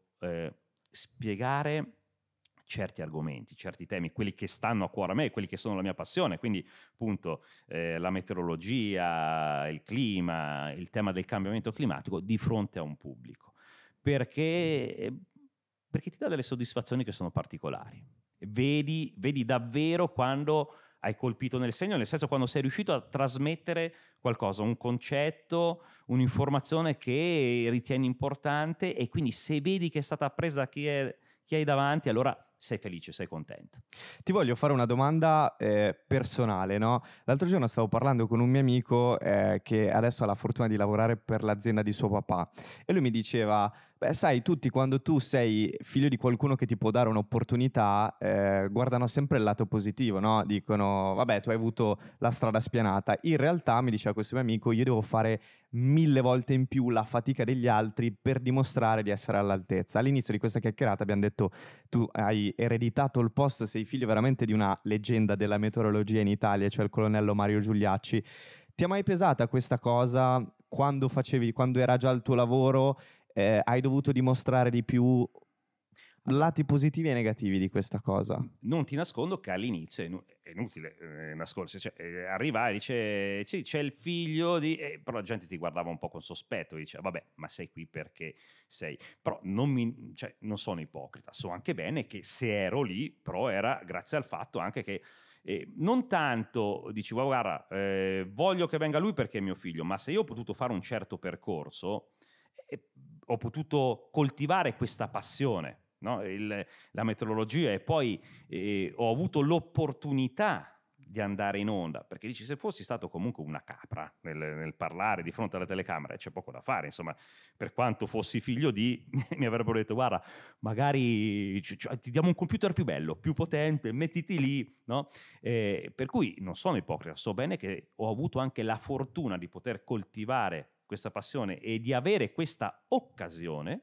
spiegare certi argomenti, certi temi, quelli che stanno a cuore a me, quelli che sono la mia passione, quindi appunto la meteorologia, il clima, il tema del cambiamento climatico di fronte a un pubblico, perché ti dà delle soddisfazioni che sono particolari. Vedi davvero quando hai colpito nel segno, nel senso quando sei riuscito a trasmettere qualcosa, un concetto, un'informazione che ritieni importante e quindi se vedi che è stata appresa da chi hai davanti, allora sei felice, sei contento. Ti voglio fare una domanda personale, no? L'altro giorno stavo parlando con un mio amico che adesso ha la fortuna di lavorare per l'azienda di suo papà e lui mi diceva, beh sai, tutti quando tu sei figlio di qualcuno che ti può dare un'opportunità guardano sempre il lato positivo, no? Dicono, vabbè, tu hai avuto la strada spianata. In realtà, mi diceva questo mio amico, io devo fare 1000 volte in più la fatica degli altri per dimostrare di essere all'altezza. All'inizio di questa chiacchierata abbiamo detto tu hai ereditato il posto, sei figlio veramente di una leggenda della meteorologia in Italia, cioè il colonnello Mario Giuliacci. Ti è mai pesata questa cosa quando era già il tuo lavoro? Hai dovuto dimostrare di più lati positivi e negativi di questa cosa? Non ti nascondo che all'inizio è inutile nascondersi, cioè, arriva e dice sì, c'è il figlio di... però la gente ti guardava un po' con sospetto, dice vabbè, ma sei qui perché sei... Però non sono ipocrita, so anche bene che se ero lì, però era grazie al fatto anche che non tanto dicevo guarda, voglio che venga lui perché è mio figlio, ma se io ho potuto fare un certo percorso, ho potuto coltivare questa passione, no? La meteorologia e poi ho avuto l'opportunità di andare in onda, perché dici se fossi stato comunque una capra nel parlare di fronte alla telecamera c'è poco da fare, insomma, per quanto fossi figlio di mi avrebbero detto guarda magari ti diamo un computer più bello, più potente, mettiti lì, no? Per cui non sono ipocrita, so bene che ho avuto anche la fortuna di poter coltivare questa passione e di avere questa occasione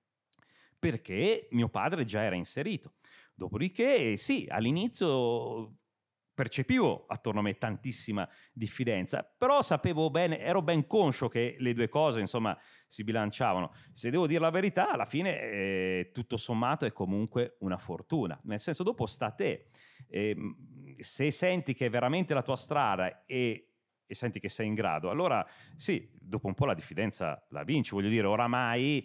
perché mio padre già era inserito. Dopodiché, sì, all'inizio percepivo attorno a me tantissima diffidenza, però sapevo bene, ero ben conscio che le due cose, insomma, si bilanciavano. Se devo dire la verità, alla fine, tutto sommato, è comunque una fortuna. Nel senso, dopo sta a te. Se senti che è veramente la tua strada e senti che sei in grado, allora sì, dopo un po' la diffidenza la vinci, voglio dire, oramai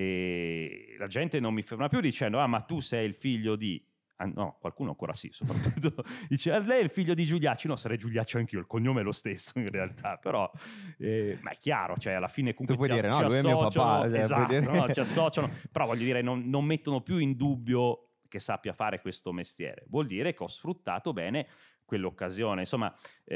la gente non mi ferma più dicendo ah ma tu sei il figlio di... Ah, no, qualcuno ancora sì, soprattutto dice lei è il figlio di Giuliacci, no, sarei Giuliaccio anch'io, il cognome è lo stesso in realtà, però ma è chiaro, cioè alla fine comunque tu puoi dire no, lui è mio papà, esatto, no, ci associano, però voglio dire non mettono più in dubbio che sappia fare questo mestiere, vuol dire che ho sfruttato bene quell'occasione, insomma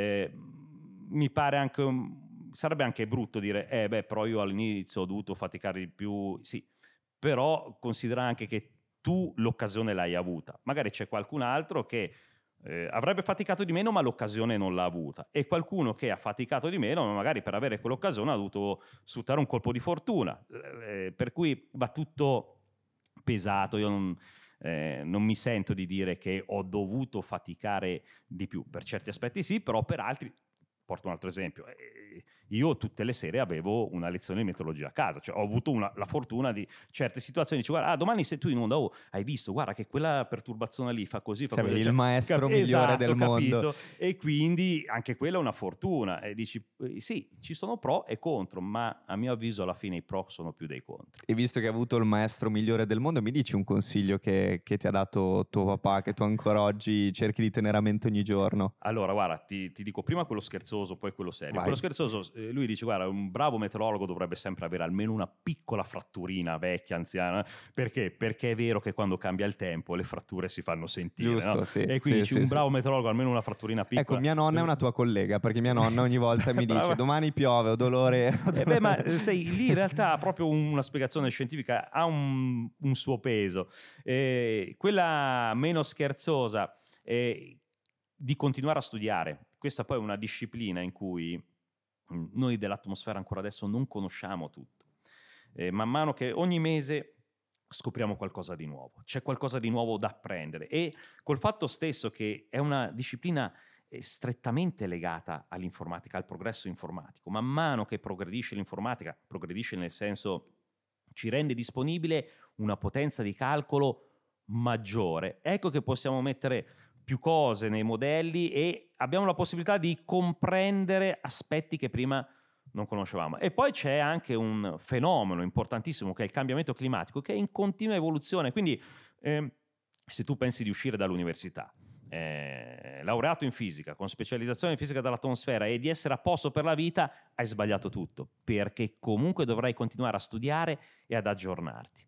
mi pare anche sarebbe anche brutto dire però io all'inizio ho dovuto faticare di più, sì, però considera anche che tu l'occasione l'hai avuta, magari c'è qualcun altro che avrebbe faticato di meno ma l'occasione non l'ha avuta e qualcuno che ha faticato di meno magari per avere quell'occasione ha dovuto sfruttare un colpo di fortuna, per cui va tutto pesato. Io non mi sento di dire che ho dovuto faticare di più. Per certi aspetti sì, però per altri, porto un altro esempio, io tutte le sere avevo una lezione di meteorologia a casa, cioè ho avuto la fortuna di certe situazioni, dici guarda, domani sei tu in onda, hai visto, guarda che quella perturbazione lì fa così, fa così, il maestro migliore esatto, del mondo. capito? E quindi anche quella è una fortuna, e dici sì, ci sono pro e contro, ma a mio avviso alla fine i pro sono più dei contro. E visto che hai avuto il maestro migliore del mondo, mi dici un consiglio che ti ha dato tuo papà, che tu ancora oggi cerchi di tenere a mente ogni giorno? Allora, guarda, ti dico prima quello scherzoso, poi quello serio. Vai. Quello scherzoso, lui dice, guarda, un bravo meteorologo dovrebbe sempre avere almeno una piccola fratturina vecchia, anziana. Perché? Perché è vero che quando cambia il tempo le fratture si fanno sentire, Giusto, no? sì. E quindi sì, un sì, bravo meteorologo almeno una fratturina piccola. Ecco, mia nonna è una tua collega, perché mia nonna ogni volta mi dice domani piove, ho dolore. Ma sai, lì in realtà ha proprio una spiegazione scientifica, ha un suo peso. Quella meno scherzosa di continuare a studiare. Questa poi è una disciplina in cui noi dell'atmosfera ancora adesso non conosciamo tutto. Man mano che ogni mese scopriamo qualcosa di nuovo, c'è qualcosa di nuovo da apprendere, e col fatto stesso che è una disciplina strettamente legata all'informatica, al progresso informatico. Man mano che progredisce l'informatica, progredisce nel senso ci rende disponibile una potenza di calcolo maggiore, ecco che possiamo mettere più cose nei modelli e abbiamo la possibilità di comprendere aspetti che prima non conoscevamo. E poi c'è anche un fenomeno importantissimo che è il cambiamento climatico, che è in continua evoluzione. Quindi se tu pensi di uscire dall'università, laureato in fisica, con specializzazione in fisica dell'atmosfera, e di essere a posto per la vita, hai sbagliato tutto, perché comunque dovrai continuare a studiare e ad aggiornarti.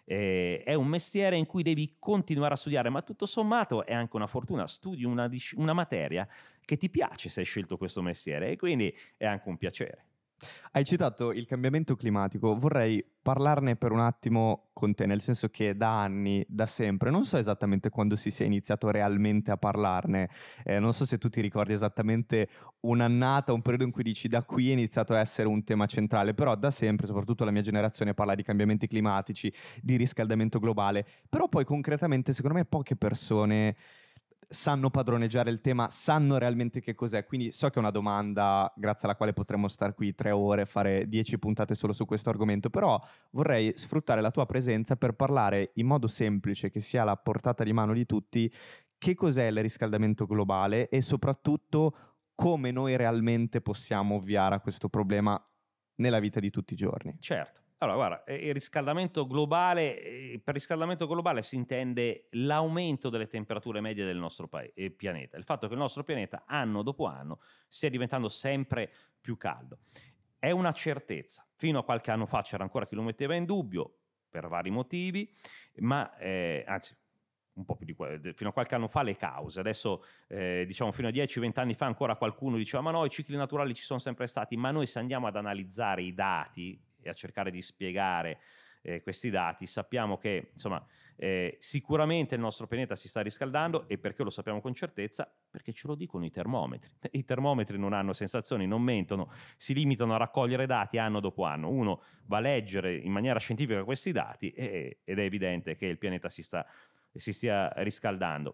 È un mestiere in cui devi continuare a studiare, ma tutto sommato è anche una fortuna. Studi una materia che ti piace se hai scelto questo mestiere, e quindi è anche un piacere. Hai citato il cambiamento climatico, vorrei parlarne per un attimo con te, nel senso che da anni, da sempre, non so esattamente quando si sia iniziato realmente a parlarne, non so se tu ti ricordi esattamente un'annata, un periodo in cui dici da qui è iniziato a essere un tema centrale, però da sempre, soprattutto la mia generazione, parla di cambiamenti climatici, di riscaldamento globale, però poi concretamente secondo me poche persone sanno padroneggiare il tema, sanno realmente che cos'è, quindi so che è una domanda grazie alla quale potremmo star qui 3 ore, fare 10 puntate solo su questo argomento, però vorrei sfruttare la tua presenza per parlare in modo semplice, che sia alla portata di mano di tutti, che cos'è il riscaldamento globale e soprattutto come noi realmente possiamo ovviare a questo problema nella vita di tutti i giorni. Certo. Allora, guarda, il riscaldamento globale, per riscaldamento globale si intende l'aumento delle temperature medie del nostro pianeta, il fatto che il nostro pianeta anno dopo anno stia diventando sempre più caldo. È una certezza. Fino a qualche anno fa c'era ancora chi lo metteva in dubbio per vari motivi, ma anzi, un po' più di fino a qualche anno fa le cause. Adesso, diciamo, fino a 10-20 anni fa ancora qualcuno diceva ma no, i cicli naturali ci sono sempre stati, ma noi se andiamo ad analizzare i dati e a cercare di spiegare questi dati, sappiamo che insomma sicuramente il nostro pianeta si sta riscaldando. E perché lo sappiamo con certezza? Perché ce lo dicono i termometri. I termometri non hanno sensazioni, non mentono, si limitano a raccogliere dati anno dopo anno. Uno va a leggere in maniera scientifica questi dati ed è evidente che il pianeta si stia riscaldando.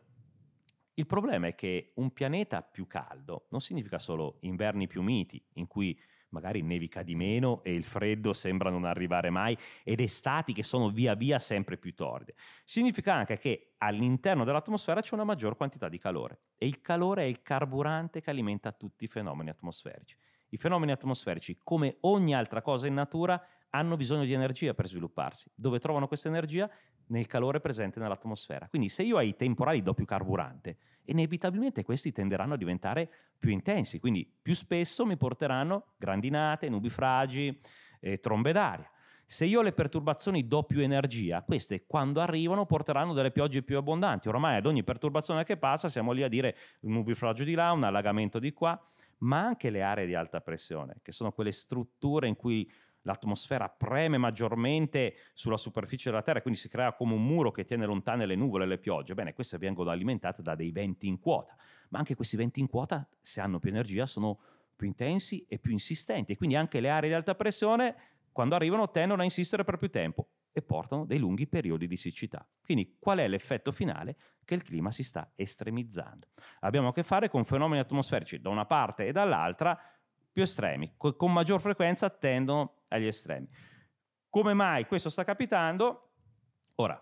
Il problema è che un pianeta più caldo non significa solo inverni più miti, in cui magari nevica di meno e il freddo sembra non arrivare mai, ed estati che sono via via sempre più torride. Significa anche che all'interno dell'atmosfera c'è una maggior quantità di calore, e il calore è il carburante che alimenta tutti i fenomeni atmosferici. I fenomeni atmosferici, come ogni altra cosa in natura, hanno bisogno di energia per svilupparsi. Dove trovano questa energia? Nel calore presente nell'atmosfera. Quindi se io ho i temporali do più carburante, inevitabilmente questi tenderanno a diventare più intensi, quindi più spesso mi porteranno grandinate, nubifragi, trombe d'aria. Se io ho le perturbazioni do più energia, queste quando arrivano porteranno delle piogge più abbondanti. Ormai ad ogni perturbazione che passa siamo lì a dire un nubifragio di là, un allagamento di qua, ma anche le aree di alta pressione, che sono quelle strutture in cui l'atmosfera preme maggiormente sulla superficie della Terra, quindi si crea come un muro che tiene lontane le nuvole e le piogge. Bene, queste vengono alimentate da dei venti in quota, ma anche questi venti in quota, se hanno più energia, sono più intensi e più insistenti, e quindi anche le aree di alta pressione, quando arrivano, tendono a insistere per più tempo. e portano dei lunghi periodi di siccità. Quindi qual è l'effetto finale? Che il clima si sta estremizzando. Abbiamo a che fare con fenomeni atmosferici da una parte e dall'altra più estremi, con maggior frequenza tendono agli estremi. Come mai questo sta capitando? Ora,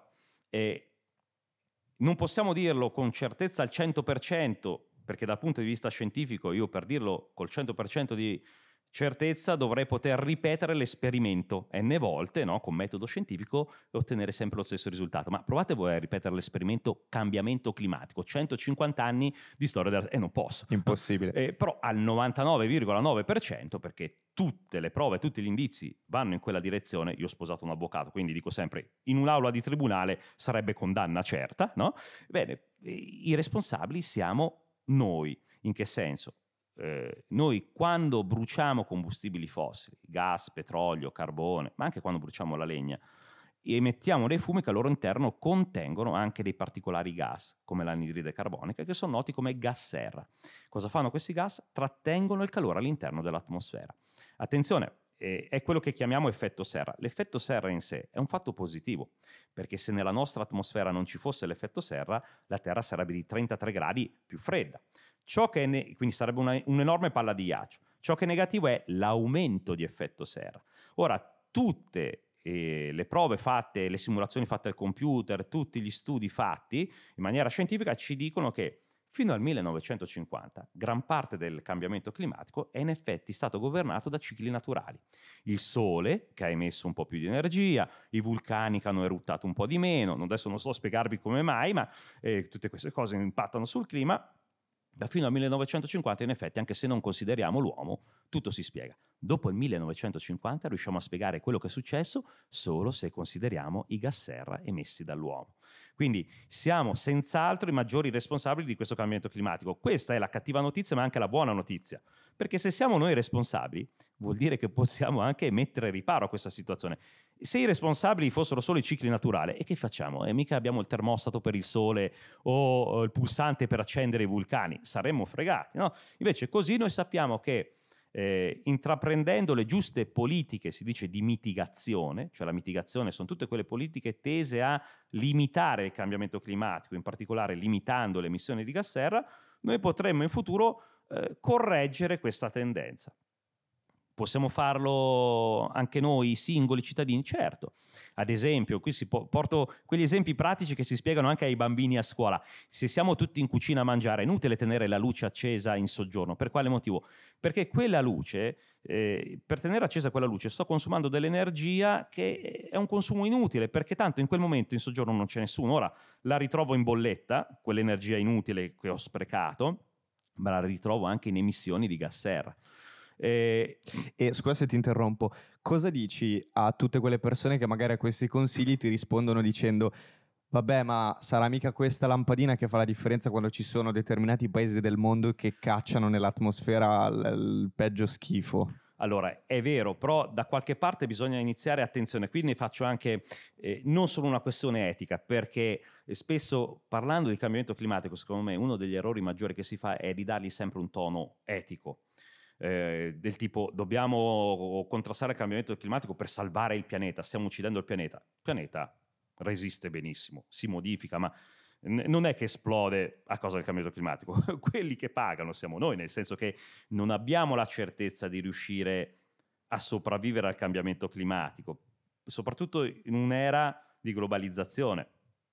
non possiamo dirlo con certezza al 100%, perché dal punto di vista scientifico io per dirlo col 100% di certezza dovrei poter ripetere l'esperimento n volte, no? Con metodo scientifico, e ottenere sempre lo stesso risultato. Ma provate voi a ripetere l'esperimento cambiamento climatico, 150 anni di storia non posso. Impossibile. Però al 99,9%, perché tutte le prove, tutti gli indizi vanno in quella direzione. Io ho sposato un avvocato, quindi dico sempre, in un'aula di tribunale sarebbe condanna certa, no? Bene, i responsabili siamo noi. In che senso? Noi quando bruciamo combustibili fossili, gas, petrolio, carbone, ma anche quando bruciamo la legna, emettiamo dei fumi che al loro interno contengono anche dei particolari gas, come l'anidride carbonica, che sono noti come gas serra. Cosa fanno questi gas? Trattengono il calore all'interno dell'atmosfera. Attenzione, è quello che chiamiamo effetto serra. L'effetto serra in sé è un fatto positivo, perché se nella nostra atmosfera non ci fosse l'effetto serra, la Terra sarebbe di 33 gradi più fredda. Ciò che quindi sarebbe un'enorme palla di ghiaccio. Ciò che è negativo è l'aumento di effetto serra. Ora, tutte le prove fatte, le simulazioni fatte al computer, tutti gli studi fatti in maniera scientifica ci dicono che fino al 1950 gran parte del cambiamento climatico è in effetti stato governato da cicli naturali. Il Sole, che ha emesso un po' più di energia, i vulcani che hanno eruttato un po' di meno, adesso non so spiegarvi come mai, ma tutte queste cose impattano sul clima. Da fino al 1950 in effetti, anche se non consideriamo l'uomo, tutto si spiega. Dopo il 1950 riusciamo a spiegare quello che è successo solo se consideriamo i gas serra emessi dall'uomo. Quindi siamo senz'altro i maggiori responsabili di questo cambiamento climatico. Questa è la cattiva notizia, ma anche la buona notizia. Perché se siamo noi responsabili, vuol dire che possiamo anche mettere riparo a questa situazione. Se i responsabili fossero solo i cicli naturali, e che facciamo? Mica abbiamo il termostato per il sole o il pulsante per accendere i vulcani, saremmo fregati, no? Invece così noi sappiamo che intraprendendo le giuste politiche, si dice di mitigazione, cioè la mitigazione sono tutte quelle politiche tese a limitare il cambiamento climatico, in particolare limitando le emissioni di gas serra, noi potremmo in futuro correggere questa tendenza. Possiamo farlo anche noi singoli cittadini? Certo. Ad esempio, qui porto quegli esempi pratici che si spiegano anche ai bambini a scuola. Se siamo tutti in cucina a mangiare, è inutile tenere la luce accesa in soggiorno. Per quale motivo? Perché quella luce, per tenere accesa quella luce, sto consumando dell'energia che è un consumo inutile, perché tanto in quel momento in soggiorno non c'è nessuno. Ora la ritrovo in bolletta, quell'energia inutile che ho sprecato, ma la ritrovo anche in emissioni di gas serra. E scusa se ti interrompo, cosa dici a tutte quelle persone che magari a questi consigli ti rispondono dicendo vabbè, ma sarà mica questa lampadina che fa la differenza quando ci sono determinati paesi del mondo che cacciano nell'atmosfera il peggio schifo? Allora, è vero, però da qualche parte bisogna iniziare, attenzione, qui ne faccio anche non solo una questione etica, perché spesso parlando di cambiamento climatico, secondo me uno degli errori maggiori che si fa è di dargli sempre un tono etico. Del tipo dobbiamo contrastare il cambiamento climatico per salvare il pianeta, stiamo uccidendo il pianeta. Il pianeta resiste benissimo, si modifica, ma non è che esplode a causa del cambiamento climatico. Quelli che pagano siamo noi, nel senso che non abbiamo la certezza di riuscire a sopravvivere al cambiamento climatico, soprattutto in un'era di globalizzazione.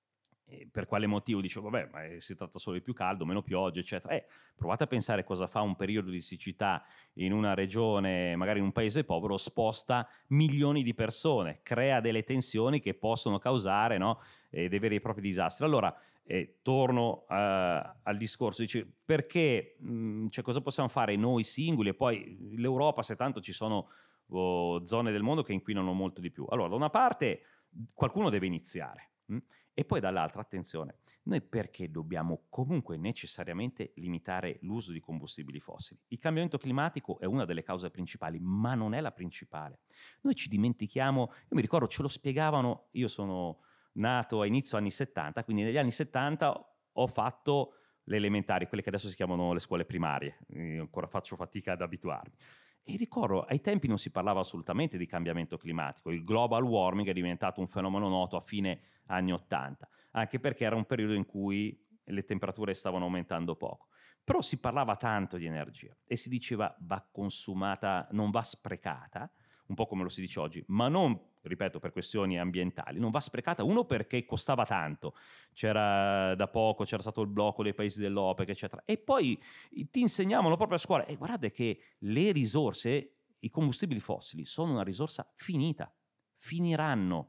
Per quale motivo? Dicevo, vabbè, ma si tratta solo di più caldo, meno piogge, eccetera. Provate a pensare cosa fa un periodo di siccità in una regione, magari in un paese povero, sposta milioni di persone, crea delle tensioni che possono causare, no, dei veri e propri disastri. Allora, torno al discorso, dice, perché, cioè, cosa possiamo fare noi singoli e poi l'Europa, se tanto ci sono zone del mondo che inquinano molto di più. Allora, da una parte qualcuno deve iniziare. E poi dall'altra, attenzione, noi perché dobbiamo comunque necessariamente limitare l'uso di combustibili fossili? Il cambiamento climatico è una delle cause principali, ma non è la principale. Noi ci dimentichiamo, io mi ricordo, ce lo spiegavano, io sono nato a inizio anni 70, quindi negli anni 70 ho fatto le elementari, quelle che adesso si chiamano le scuole primarie, io ancora faccio fatica ad abituarmi. E ricordo, ai tempi non si parlava assolutamente di cambiamento climatico, il global warming è diventato un fenomeno noto a fine anni 80, anche perché era un periodo in cui le temperature stavano aumentando poco. Però si parlava tanto di energia e si diceva va consumata, non va sprecata, un po' come lo si dice oggi, ma non, ripeto, per questioni ambientali, non va sprecata, uno perché costava tanto, c'era da poco, c'era stato il blocco dei paesi dell'OPEC, eccetera, e poi ti insegnavano proprio a scuola, e guardate che le risorse, i combustibili fossili, sono una risorsa finita, finiranno.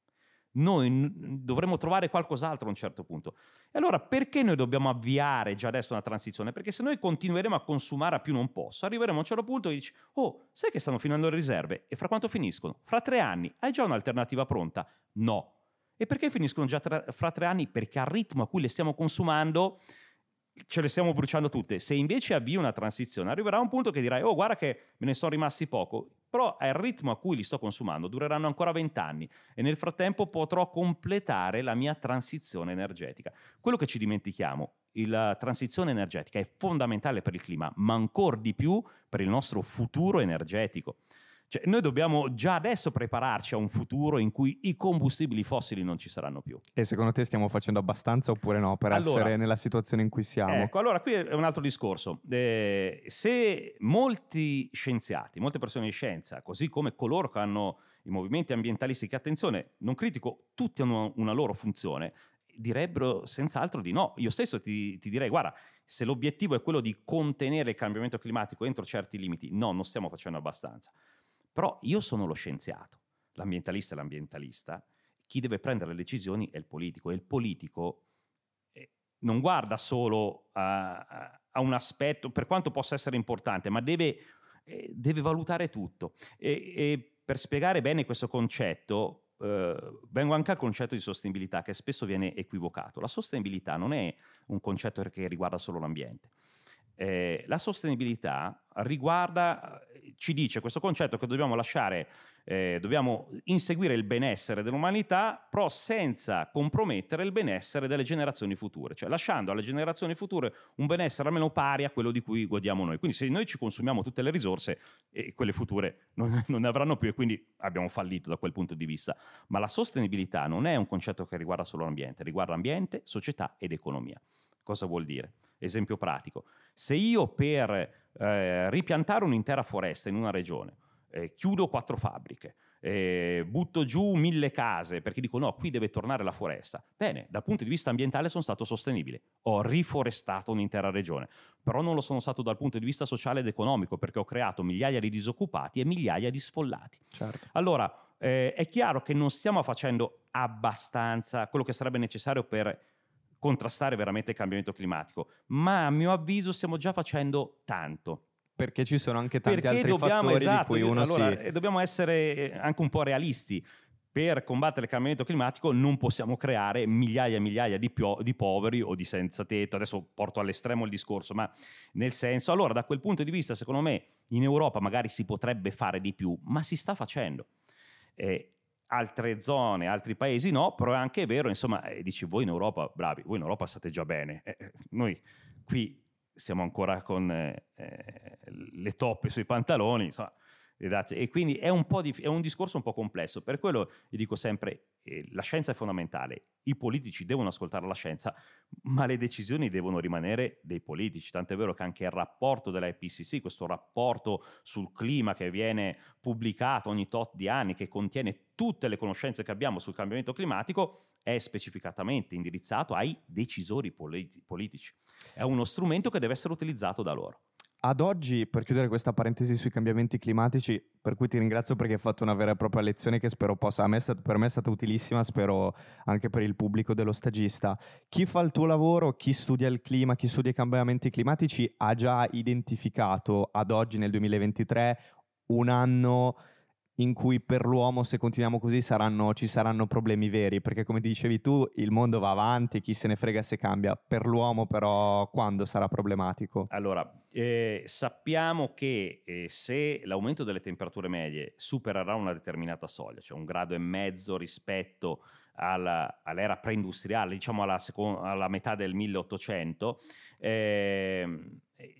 Noi dovremmo trovare qualcos'altro a un certo punto. E allora perché noi dobbiamo avviare già adesso una transizione? Perché se noi continueremo a consumare a più non posso, arriveremo a un certo punto e dici, oh, sai che stanno finendo le riserve? E fra quanto finiscono? Fra 3 anni. Hai già un'alternativa pronta? No. E perché finiscono già fra 3 anni? Perché al ritmo a cui le stiamo consumando ce le stiamo bruciando tutte. Se invece avvii una transizione, arriverà un punto che dirai, oh, guarda che me ne sono rimasti poco, però al ritmo a cui li sto consumando dureranno ancora 20 anni e nel frattempo potrò completare la mia transizione energetica. Quello che ci dimentichiamo, la transizione energetica è fondamentale per il clima, ma ancora di più per il nostro futuro energetico. Cioè, noi dobbiamo già adesso prepararci a un futuro in cui i combustibili fossili non ci saranno più. E secondo te stiamo facendo abbastanza oppure no per essere nella situazione in cui siamo? Ecco, allora qui è un altro discorso. Se molti scienziati, molte persone di scienza, così come coloro che hanno i movimenti ambientalisti, che attenzione, non critico, tutti hanno una loro funzione, direbbero senz'altro di no. Io stesso ti direi, guarda, se l'obiettivo è quello di contenere il cambiamento climatico entro certi limiti, no, non stiamo facendo abbastanza. Però io sono lo scienziato, l'ambientalista è l'ambientalista, chi deve prendere le decisioni è il politico, e il politico non guarda solo a un aspetto, per quanto possa essere importante, ma deve valutare tutto. E per spiegare bene questo concetto, vengo anche al concetto di sostenibilità, che spesso viene equivocato. La sostenibilità non è un concetto che riguarda solo l'ambiente. La sostenibilità riguarda, ci dice questo concetto che dobbiamo dobbiamo inseguire il benessere dell'umanità, però senza compromettere il benessere delle generazioni future, cioè lasciando alle generazioni future un benessere almeno pari a quello di cui godiamo noi. Quindi se noi ci consumiamo tutte le risorse, quelle future non ne avranno più e quindi abbiamo fallito da quel punto di vista. Ma la sostenibilità non è un concetto che riguarda solo l'ambiente, riguarda ambiente, società ed economia. Cosa vuol dire? Esempio pratico. Se io per ripiantare un'intera foresta in una regione chiudo 4 fabbriche, butto giù 1000 case perché dico no, qui deve tornare la foresta. Bene, dal punto di vista ambientale sono stato sostenibile, ho riforestato un'intera regione, però non lo sono stato dal punto di vista sociale ed economico perché ho creato migliaia di disoccupati e migliaia di sfollati. Certo. Allora, è chiaro che non stiamo facendo abbastanza quello che sarebbe necessario per contrastare veramente il cambiamento climatico, ma a mio avviso stiamo già facendo tanto. Perché ci sono anche tanti altri fattori di cui uno dobbiamo essere anche un po' realisti. Per combattere il cambiamento climatico non possiamo creare migliaia e migliaia di poveri o di senza tetto. Adesso porto all'estremo il discorso, ma nel senso, allora da quel punto di vista, secondo me, in Europa magari si potrebbe fare di più, ma si sta facendo. Altre zone, altri paesi no, però è anche vero, insomma, dici voi in Europa, bravi, voi in Europa state già bene, noi qui siamo ancora con le toppe sui pantaloni, insomma, e quindi è un discorso un po' complesso. Per quello io dico sempre, la scienza è fondamentale, i politici devono ascoltare la scienza, ma le decisioni devono rimanere dei politici, tant'è vero che anche il rapporto dell'IPCC, questo rapporto sul clima che viene pubblicato ogni tot di anni, che contiene tutte le conoscenze che abbiamo sul cambiamento climatico, è specificatamente indirizzato ai decisori politici. È uno strumento che deve essere utilizzato da loro. Ad oggi, per chiudere questa parentesi sui cambiamenti climatici, per cui ti ringrazio perché hai fatto una vera e propria lezione che spero possa, per me è stata utilissima, spero anche per il pubblico dello stagista. Chi fa il tuo lavoro, chi studia il clima, chi studia i cambiamenti climatici, ha già identificato ad oggi nel 2023 un anno in cui per l'uomo, se continuiamo così, ci saranno problemi veri, perché come dicevi tu, il mondo va avanti, chi se ne frega se cambia. Per l'uomo però, quando sarà problematico? Allora, sappiamo che se l'aumento delle temperature medie supererà una determinata soglia, cioè 1,5 gradi rispetto all'era preindustriale, diciamo alla metà del 1800,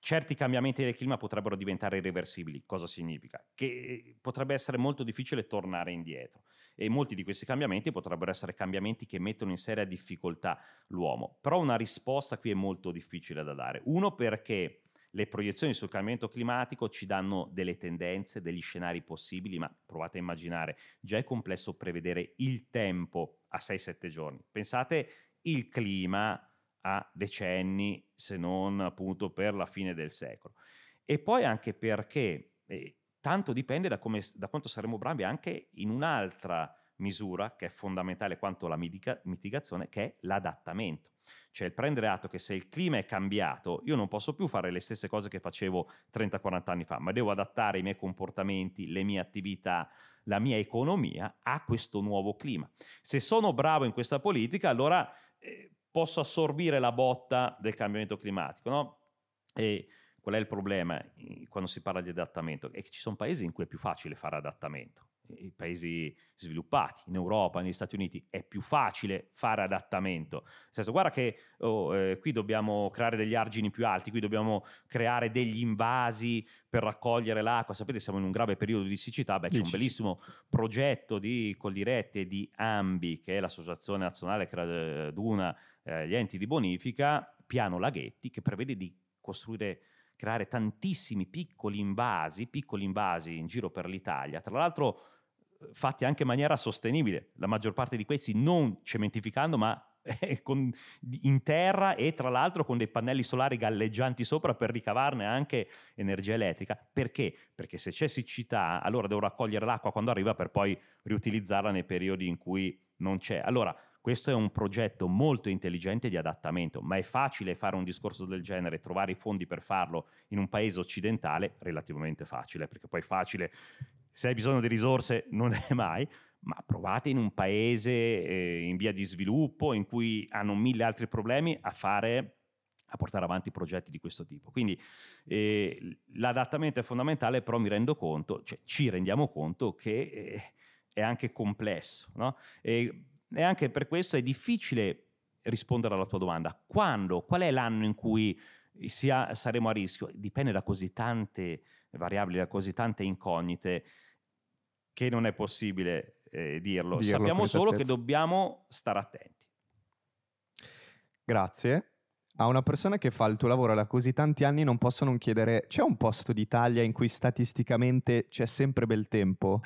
certi cambiamenti del clima potrebbero diventare irreversibili. Cosa significa? Che potrebbe essere molto difficile tornare indietro, e molti di questi cambiamenti potrebbero essere cambiamenti che mettono in seria difficoltà l'uomo. Però una risposta qui è molto difficile da dare. Uno, perché le proiezioni sul cambiamento climatico ci danno delle tendenze, degli scenari possibili, ma provate a immaginare, già è complesso prevedere il tempo a 6-7 giorni. Pensate il clima a decenni, se non appunto per la fine del secolo. E poi anche perché tanto dipende da quanto saremo bravi anche in un'altra misura che è fondamentale quanto la mitigazione, che è l'adattamento. Cioè il prendere atto che se il clima è cambiato, io non posso più fare le stesse cose che facevo 30-40 anni fa, ma devo adattare i miei comportamenti, le mie attività, la mia economia a questo nuovo clima. Se sono bravo in questa politica, allora posso assorbire la botta del cambiamento climatico, no? E qual è il problema quando si parla di adattamento? È che ci sono paesi in cui è più facile fare adattamento. I paesi sviluppati, in Europa, negli Stati Uniti, è più facile fare adattamento. Nel senso, guarda che qui dobbiamo creare degli argini più alti, qui dobbiamo creare degli invasi per raccogliere l'acqua. Sapete, siamo in un grave periodo di siccità. C'è un bellissimo progetto di Coldiretti e di ANBI, che è l'Associazione Nazionale che raduna gli enti di bonifica, Piano Laghetti, che prevede di creare tantissimi piccoli invasi in giro per l'Italia, tra l'altro fatti anche in maniera sostenibile, la maggior parte di questi non cementificando ma in terra, e tra l'altro con dei pannelli solari galleggianti sopra per ricavarne anche energia elettrica. Perché? Perché se c'è siccità, allora devo raccogliere l'acqua quando arriva per poi riutilizzarla nei periodi in cui non c'è. Allora questo è un progetto molto intelligente di adattamento, ma è facile fare un discorso del genere, trovare i fondi per farlo in un paese occidentale? Relativamente facile, perché poi facile, se hai bisogno di risorse, non è mai, ma provate in un paese in via di sviluppo, in cui hanno 1000 altri problemi, a portare avanti progetti di questo tipo. Quindi l'adattamento è fondamentale, però ci rendiamo conto che è anche complesso, no? E anche per questo è difficile rispondere alla tua domanda. Qual è l'anno in cui saremo a rischio? Dipende da così tante variabili, da così tante incognite, che non è possibile dirlo. Sappiamo solo che dobbiamo stare attenti. Grazie. A una persona che fa il tuo lavoro da così tanti anni non posso non chiedere: c'è un posto d'Italia in cui statisticamente c'è sempre bel tempo?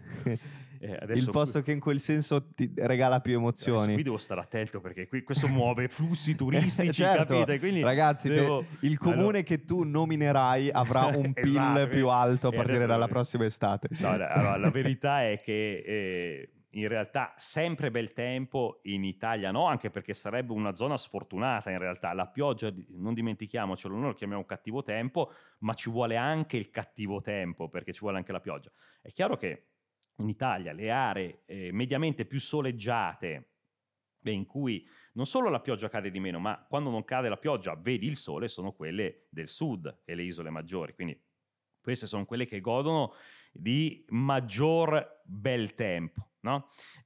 Il posto che in quel senso ti regala più emozioni. Qui devo stare attento, perché questo muove flussi turistici, certo, capite? Quindi ragazzi, il comune che tu nominerai avrà un PIL più alto a partire dalla prossima estate. No, allora, la verità è che in realtà sempre bel tempo in Italia no, anche perché sarebbe una zona sfortunata in realtà. La pioggia, non dimentichiamocelo, noi lo chiamiamo cattivo tempo, ma ci vuole anche il cattivo tempo, perché ci vuole anche la pioggia. È chiaro che in Italia le aree mediamente più soleggiate, in cui non solo la pioggia cade di meno, ma quando non cade la pioggia vedi il sole, sono quelle del sud e le isole maggiori. Quindi queste sono quelle che godono di maggior bel tempo, no?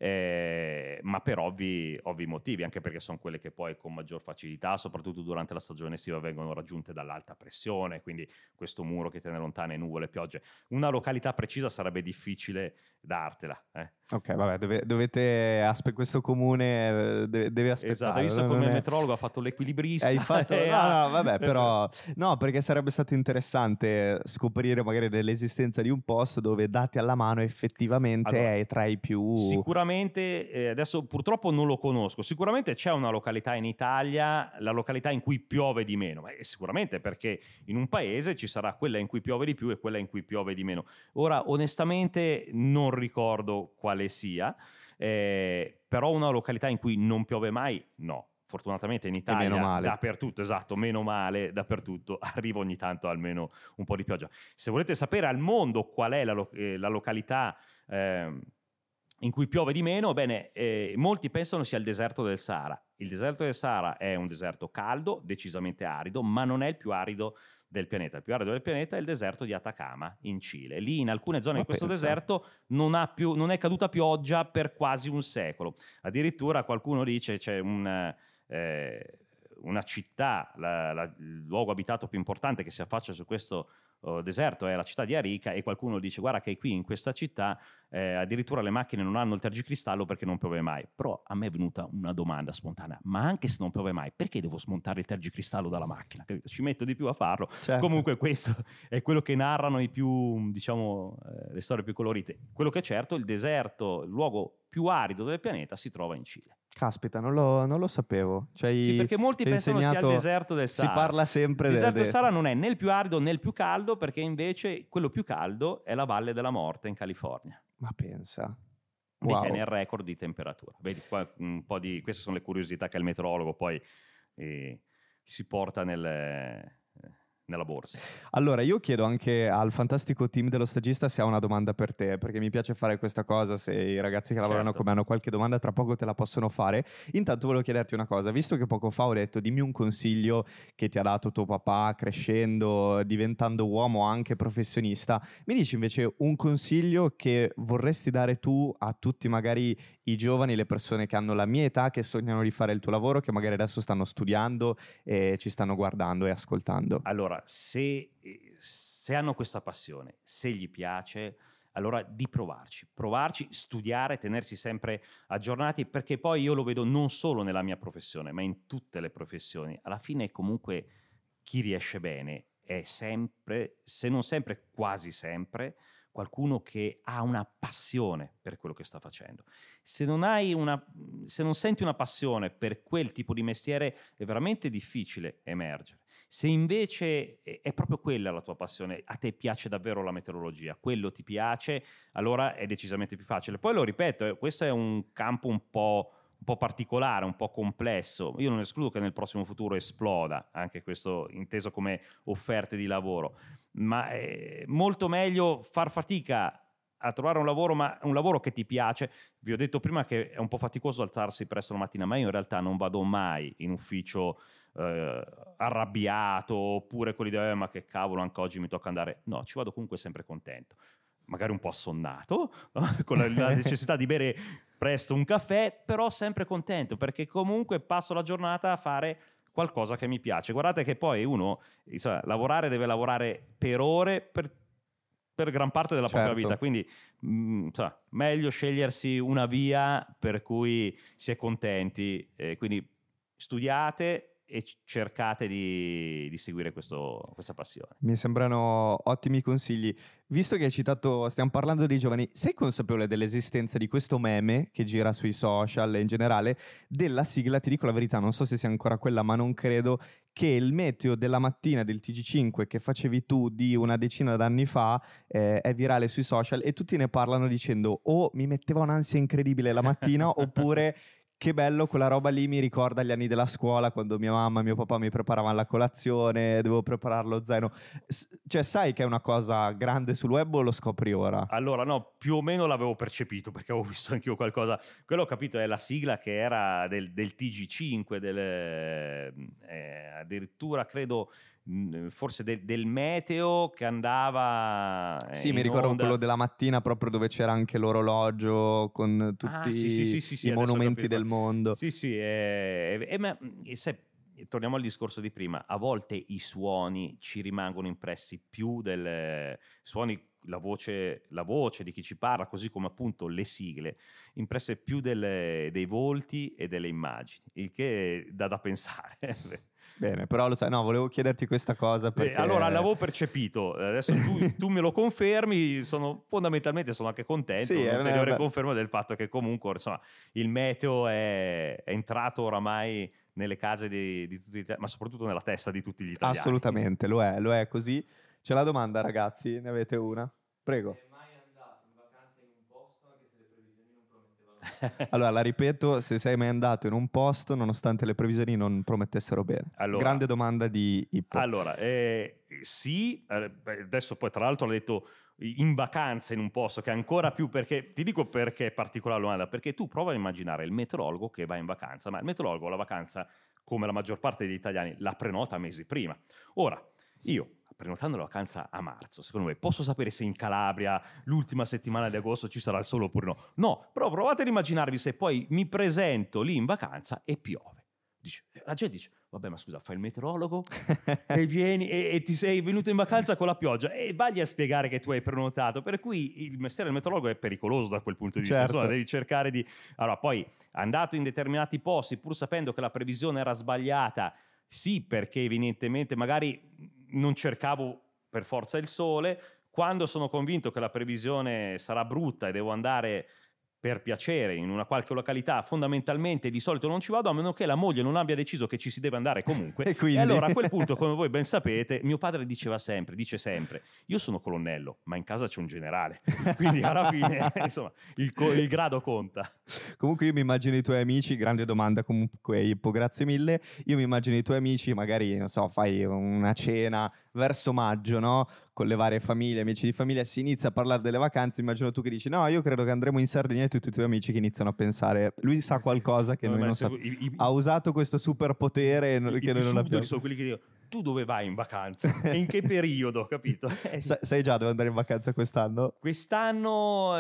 Ma per ovvi motivi, anche perché sono quelle che poi con maggior facilità, soprattutto durante la stagione estiva, vengono raggiunte dall'alta pressione, quindi questo muro che tiene lontane nuvole e piogge. Una località precisa sarebbe difficile dartela. Ok, vabbè, dovete questo comune deve aspettare. Esatto, hai visto come il meteorologo ha fatto l'equilibrista? Hai fatto... no, vabbè, però... No, perché sarebbe stato interessante scoprire magari dell'esistenza di un posto dove dati alla mano effettivamente è tra i più... Sicuramente, adesso purtroppo non lo conosco, sicuramente c'è una località in Italia, la località in cui piove di meno, ma sicuramente perché in un paese ci sarà quella in cui piove di più e quella in cui piove di meno. Ora, onestamente, non ricordo quale sia, però una località in cui non piove mai, no. Fortunatamente in Italia meno male. Dappertutto, esatto, meno male, dappertutto arriva ogni tanto almeno un po' di pioggia. Se volete sapere al mondo qual è la località in cui piove di meno, bene, molti pensano sia il deserto del Sahara. Il deserto del Sahara è un deserto caldo, decisamente arido, ma non è il più arido del pianeta. Il più arido del pianeta è il deserto di Atacama in Cile. Lì in alcune zone di questo deserto non è caduta pioggia per quasi un secolo. Addirittura qualcuno dice c'è una città, il luogo abitato più importante che si affaccia su questo deserto è la città di Arica, e qualcuno dice guarda che qui in questa città addirittura le macchine non hanno il tergicristallo perché non piove mai. Però a me è venuta una domanda spontanea: ma anche se non piove mai, perché devo smontare il tergicristallo dalla macchina? Capito? Ci metto di più a farlo. Certo. Comunque questo è quello che narrano i più, diciamo, le storie più colorite. Quello che è certo, il deserto, il luogo più arido del pianeta, si trova in Cile. Caspita, non lo sapevo. Sì, perché molti pensano sia il deserto del Sahara. Si parla sempre il deserto del Sahara non è né il più arido né il più caldo, perché invece quello più caldo è la Valle della Morte in California. Ma pensa. Detiene il record di temperatura. Vedi, qua un po' di queste sono le curiosità che il meteorologo poi si porta nella borsa. Allora, io chiedo anche al fantastico team dello stagista se ha una domanda per te, perché mi piace fare questa cosa. Se i ragazzi che lavorano Certo. con me hanno qualche domanda, tra poco te la possono fare. Intanto volevo chiederti una cosa, visto che poco fa ho detto dimmi un consiglio che ti ha dato tuo papà crescendo, diventando uomo anche professionista, mi dici invece un consiglio che vorresti dare tu a tutti magari i giovani, le persone che hanno la mia età, che sognano di fare il tuo lavoro, che magari adesso stanno studiando e ci stanno guardando e ascoltando? Allora, se hanno questa passione, se gli piace, allora di provarci, studiare, tenersi sempre aggiornati, perché poi io lo vedo non solo nella mia professione, ma in tutte le professioni. Alla fine comunque chi riesce bene è sempre, se non sempre, quasi sempre, qualcuno che ha una passione per quello che sta facendo. Se non senti una passione per quel tipo di mestiere, è veramente difficile emergere. Se invece è proprio quella la tua passione, a te piace davvero la meteorologia, quello ti piace, allora è decisamente più facile. Poi lo ripeto, questo è un campo un po' particolare, un po' complesso. Io non escludo che nel prossimo futuro esploda anche questo, inteso come offerte di lavoro, ma è molto meglio far fatica a trovare un lavoro, ma un lavoro che ti piace. Vi ho detto prima che è un po' faticoso alzarsi presto la mattina, ma io in realtà non vado mai in ufficio arrabbiato, oppure quelli di ma che cavolo, anche oggi mi tocca andare. No, ci vado comunque sempre contento, magari un po' assonnato, con la necessità di bere presto un caffè, però sempre contento, perché comunque passo la giornata a fare qualcosa che mi piace. Guardate che poi uno, insomma, deve lavorare per ore, per gran parte della propria vita, quindi insomma, meglio scegliersi una via per cui si è contenti, quindi studiate e cercate di seguire questa passione. Mi sembrano ottimi consigli. Visto che hai citato, stiamo parlando dei giovani, sei consapevole dell'esistenza di questo meme che gira sui social e in generale della sigla? Ti dico la verità, non so se sia ancora quella, ma non credo, che il meteo della mattina del TG5 che facevi tu di una decina d'anni fa è virale sui social e tutti ne parlano dicendo o mi metteva un'ansia incredibile la mattina oppure che bello, quella roba lì mi ricorda gli anni della scuola quando mia mamma e mio papà mi preparavano la colazione, dovevo preparare lo zaino. Cioè, sai che è una cosa grande sul web o lo scopri ora? Allora, no, più o meno l'avevo percepito perché avevo visto anch'io qualcosa. Quello ho capito è la sigla che era del TG5, addirittura credo forse del meteo che andava sì, mi ricordo onda. quello della mattina proprio dove c'era anche l'orologio con tutti sì, i monumenti del mondo. Sì, ma sai, torniamo al discorso di prima, a volte i suoni ci rimangono impressi più delle suoni, la voce di chi ci parla, così come appunto le sigle, impresse più dei volti e delle immagini, il che dà da pensare. Bene, però lo sai, no, volevo chiederti questa cosa perché... allora, l'avevo percepito, adesso tu me lo confermi, fondamentalmente sono anche contento, sì, un'ulteriore conferma del fatto che comunque insomma, il meteo è entrato oramai nelle case di tutti gli italiani, ma soprattutto nella testa di tutti gli italiani. Assolutamente, lo è così. C'è la domanda, ragazzi, ne avete una? Prego. Allora, la ripeto, se sei mai andato in un posto nonostante le previsioni non promettessero bene. Allora, grande domanda di Ippo. Allora, sì, adesso poi tra l'altro l'ho detto in vacanza in un posto che è ancora più, perché ti dico perché è particolare la domanda, perché tu prova a immaginare il meteorologo che va in vacanza, ma il meteorologo la vacanza, come la maggior parte degli italiani, la prenota mesi prima. Ora, io prenotando la vacanza a marzo, secondo me posso sapere se in Calabria l'ultima settimana di agosto ci sarà il sole oppure no? No, però provate ad immaginarvi se poi mi presento lì in vacanza e piove. La gente dice, vabbè, ma scusa, fai il meteorologo e vieni e ti sei venuto in vacanza con la pioggia e vai a spiegare che tu hai prenotato, per cui il mestiere del meteorologo è pericoloso da quel punto di vista. Certo. Insomma, devi cercare di... Allora, poi andato in determinati posti pur sapendo che la previsione era sbagliata, sì, perché evidentemente magari non cercavo per forza il sole, quando sono convinto che la previsione sarà brutta e devo andare per piacere in una qualche località, fondamentalmente di solito non ci vado a meno che la moglie non abbia deciso che ci si deve andare comunque. E quindi? E allora a quel punto, come voi ben sapete, mio padre dice sempre, io sono colonnello, ma in casa c'è un generale, quindi alla fine insomma il grado conta. Comunque io mi immagino i tuoi amici, grande domanda comunque Ippo, grazie mille, io mi immagino i tuoi amici, magari non so, fai una cena verso maggio, no? Con le varie famiglie, amici di famiglia, si inizia a parlare delle vacanze, immagino tu che dici no, io credo che andremo in Sardegna, e tutti i tuoi amici che iniziano a pensare lui sa qualcosa che noi non sappiamo, ha usato questo superpotere che noi non abbiamo. Sono quelli che dicono tu dove vai in vacanza e in che periodo, capito? Sai già dove andare in vacanza quest'anno? Quest'anno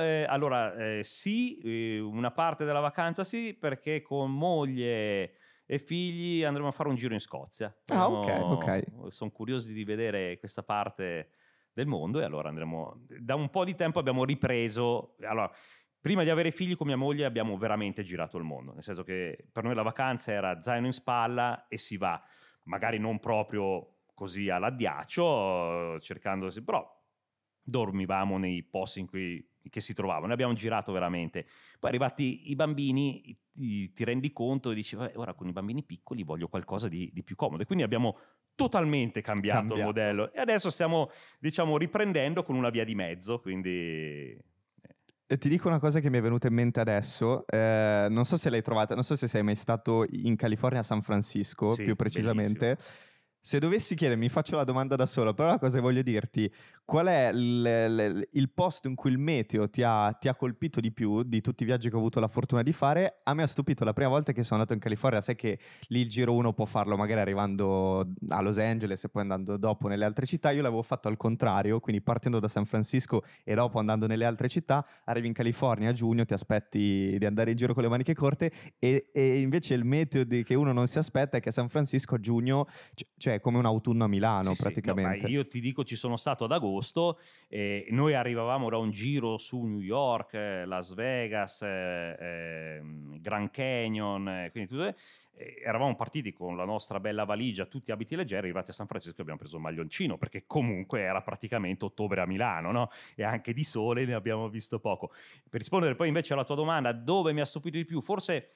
sì, una parte della vacanza sì, perché con moglie e figli andremo a fare un giro in Scozia. Ok. Sono curiosi di vedere questa parte del mondo e allora andremo. Da un po' di tempo abbiamo ripreso. Allora, prima di avere figli con mia moglie abbiamo veramente girato il mondo, nel senso che per noi la vacanza era zaino in spalla e si va, magari non proprio così all'addiaccio, cercandosi, però dormivamo nei posti in cui che si trovavano, ne abbiamo girato veramente. Poi arrivati i bambini ti rendi conto e dici ora con i bambini piccoli voglio qualcosa di più comodo, e quindi abbiamo totalmente cambiato il modello e adesso stiamo diciamo riprendendo con una via di mezzo, quindi... E ti dico una cosa che mi è venuta in mente adesso, non so se l'hai trovata, non so se sei mai stato in California, a San Francisco, sì, più precisamente. bellissimo. Se dovessi chiedere, mi faccio la domanda da solo, però la cosa che voglio dirti, qual è il posto in cui il meteo ti ha colpito di più di tutti i viaggi che ho avuto la fortuna di fare? A me ha stupito la prima volta che sono andato in California, sai che lì il giro uno può farlo magari arrivando a Los Angeles e poi andando dopo nelle altre città, io l'avevo fatto al contrario, quindi partendo da San Francisco e dopo andando nelle altre città, arrivi in California a giugno, ti aspetti di andare in giro con le maniche corte e invece il meteo che uno non si aspetta è che a San Francisco a giugno, cioè è come un autunno a Milano, sì, praticamente. Sì, no, io ti dico, ci sono stato ad agosto e noi arrivavamo da un giro su New York, Las Vegas, Grand Canyon, quindi tutto, eravamo partiti con la nostra bella valigia, tutti abiti leggeri, arrivati a San Francisco abbiamo preso il maglioncino, perché comunque era praticamente ottobre a Milano, no? E anche di sole ne abbiamo visto poco. Per rispondere poi invece alla tua domanda, dove mi ha stupito di più? Forse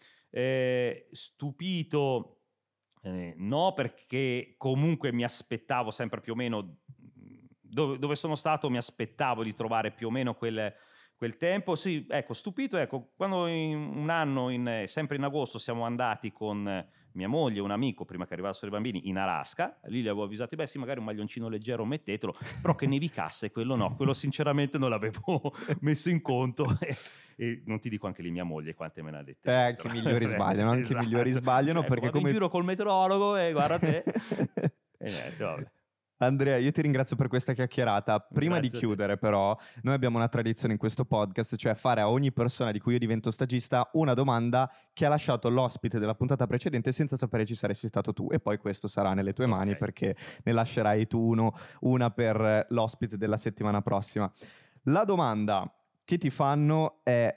stupito... no, perché comunque mi aspettavo sempre più o meno dove sono stato, mi aspettavo di trovare più o meno quel tempo. Sì, ecco, stupito, ecco, quando un anno sempre in agosto siamo andati con mia moglie e un amico, prima che arrivassero i bambini, in Alaska, lì li avevo avvisati, beh sì, magari un maglioncino leggero mettetelo, però che nevicasse, quello no, quello sinceramente non l'avevo messo in conto. E non ti dico anche lì mia moglie quante me ne ha dette. Anche i migliori sbagliano, anche i migliori sbagliano, Ecco, perché come in giro col meteorologo e guarda te. E niente, vabbè. Andrea, io ti ringrazio per questa chiacchierata. Prima di chiudere però, noi abbiamo una tradizione in questo podcast, cioè fare a ogni persona di cui io divento stagista una domanda che ha lasciato l'ospite della puntata precedente senza sapere ci saresti stato tu, e poi questo sarà nelle tue mani perché ne lascerai tu una per l'ospite della settimana prossima. La domanda che ti fanno è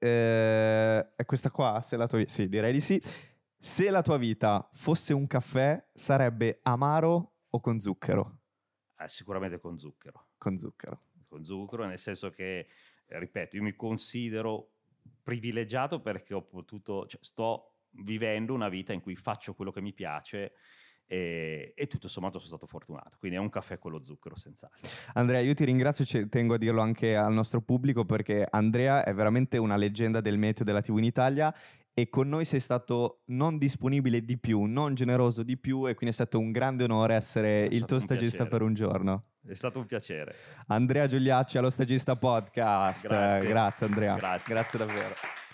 questa qua? Sì, direi di sì. Se la tua vita fosse un caffè, sarebbe amaro o con zucchero? Sicuramente con zucchero. Con zucchero. Con zucchero, nel senso che, ripeto, io mi considero privilegiato perché ho potuto, cioè, sto vivendo una vita in cui faccio quello che mi piace e tutto sommato sono stato fortunato, quindi è un caffè con lo zucchero senz'altro. Andrea, io ti ringrazio, tengo a dirlo anche al nostro pubblico, perché Andrea è veramente una leggenda del meteo della TV in Italia e con noi sei stato non disponibile di più, non generoso di più, e quindi è stato un grande onore essere il tuo stagista per un giorno. È stato un piacere. Andrea Giuliacci allo Stagista Podcast. Grazie Andrea. Grazie Grazie davvero.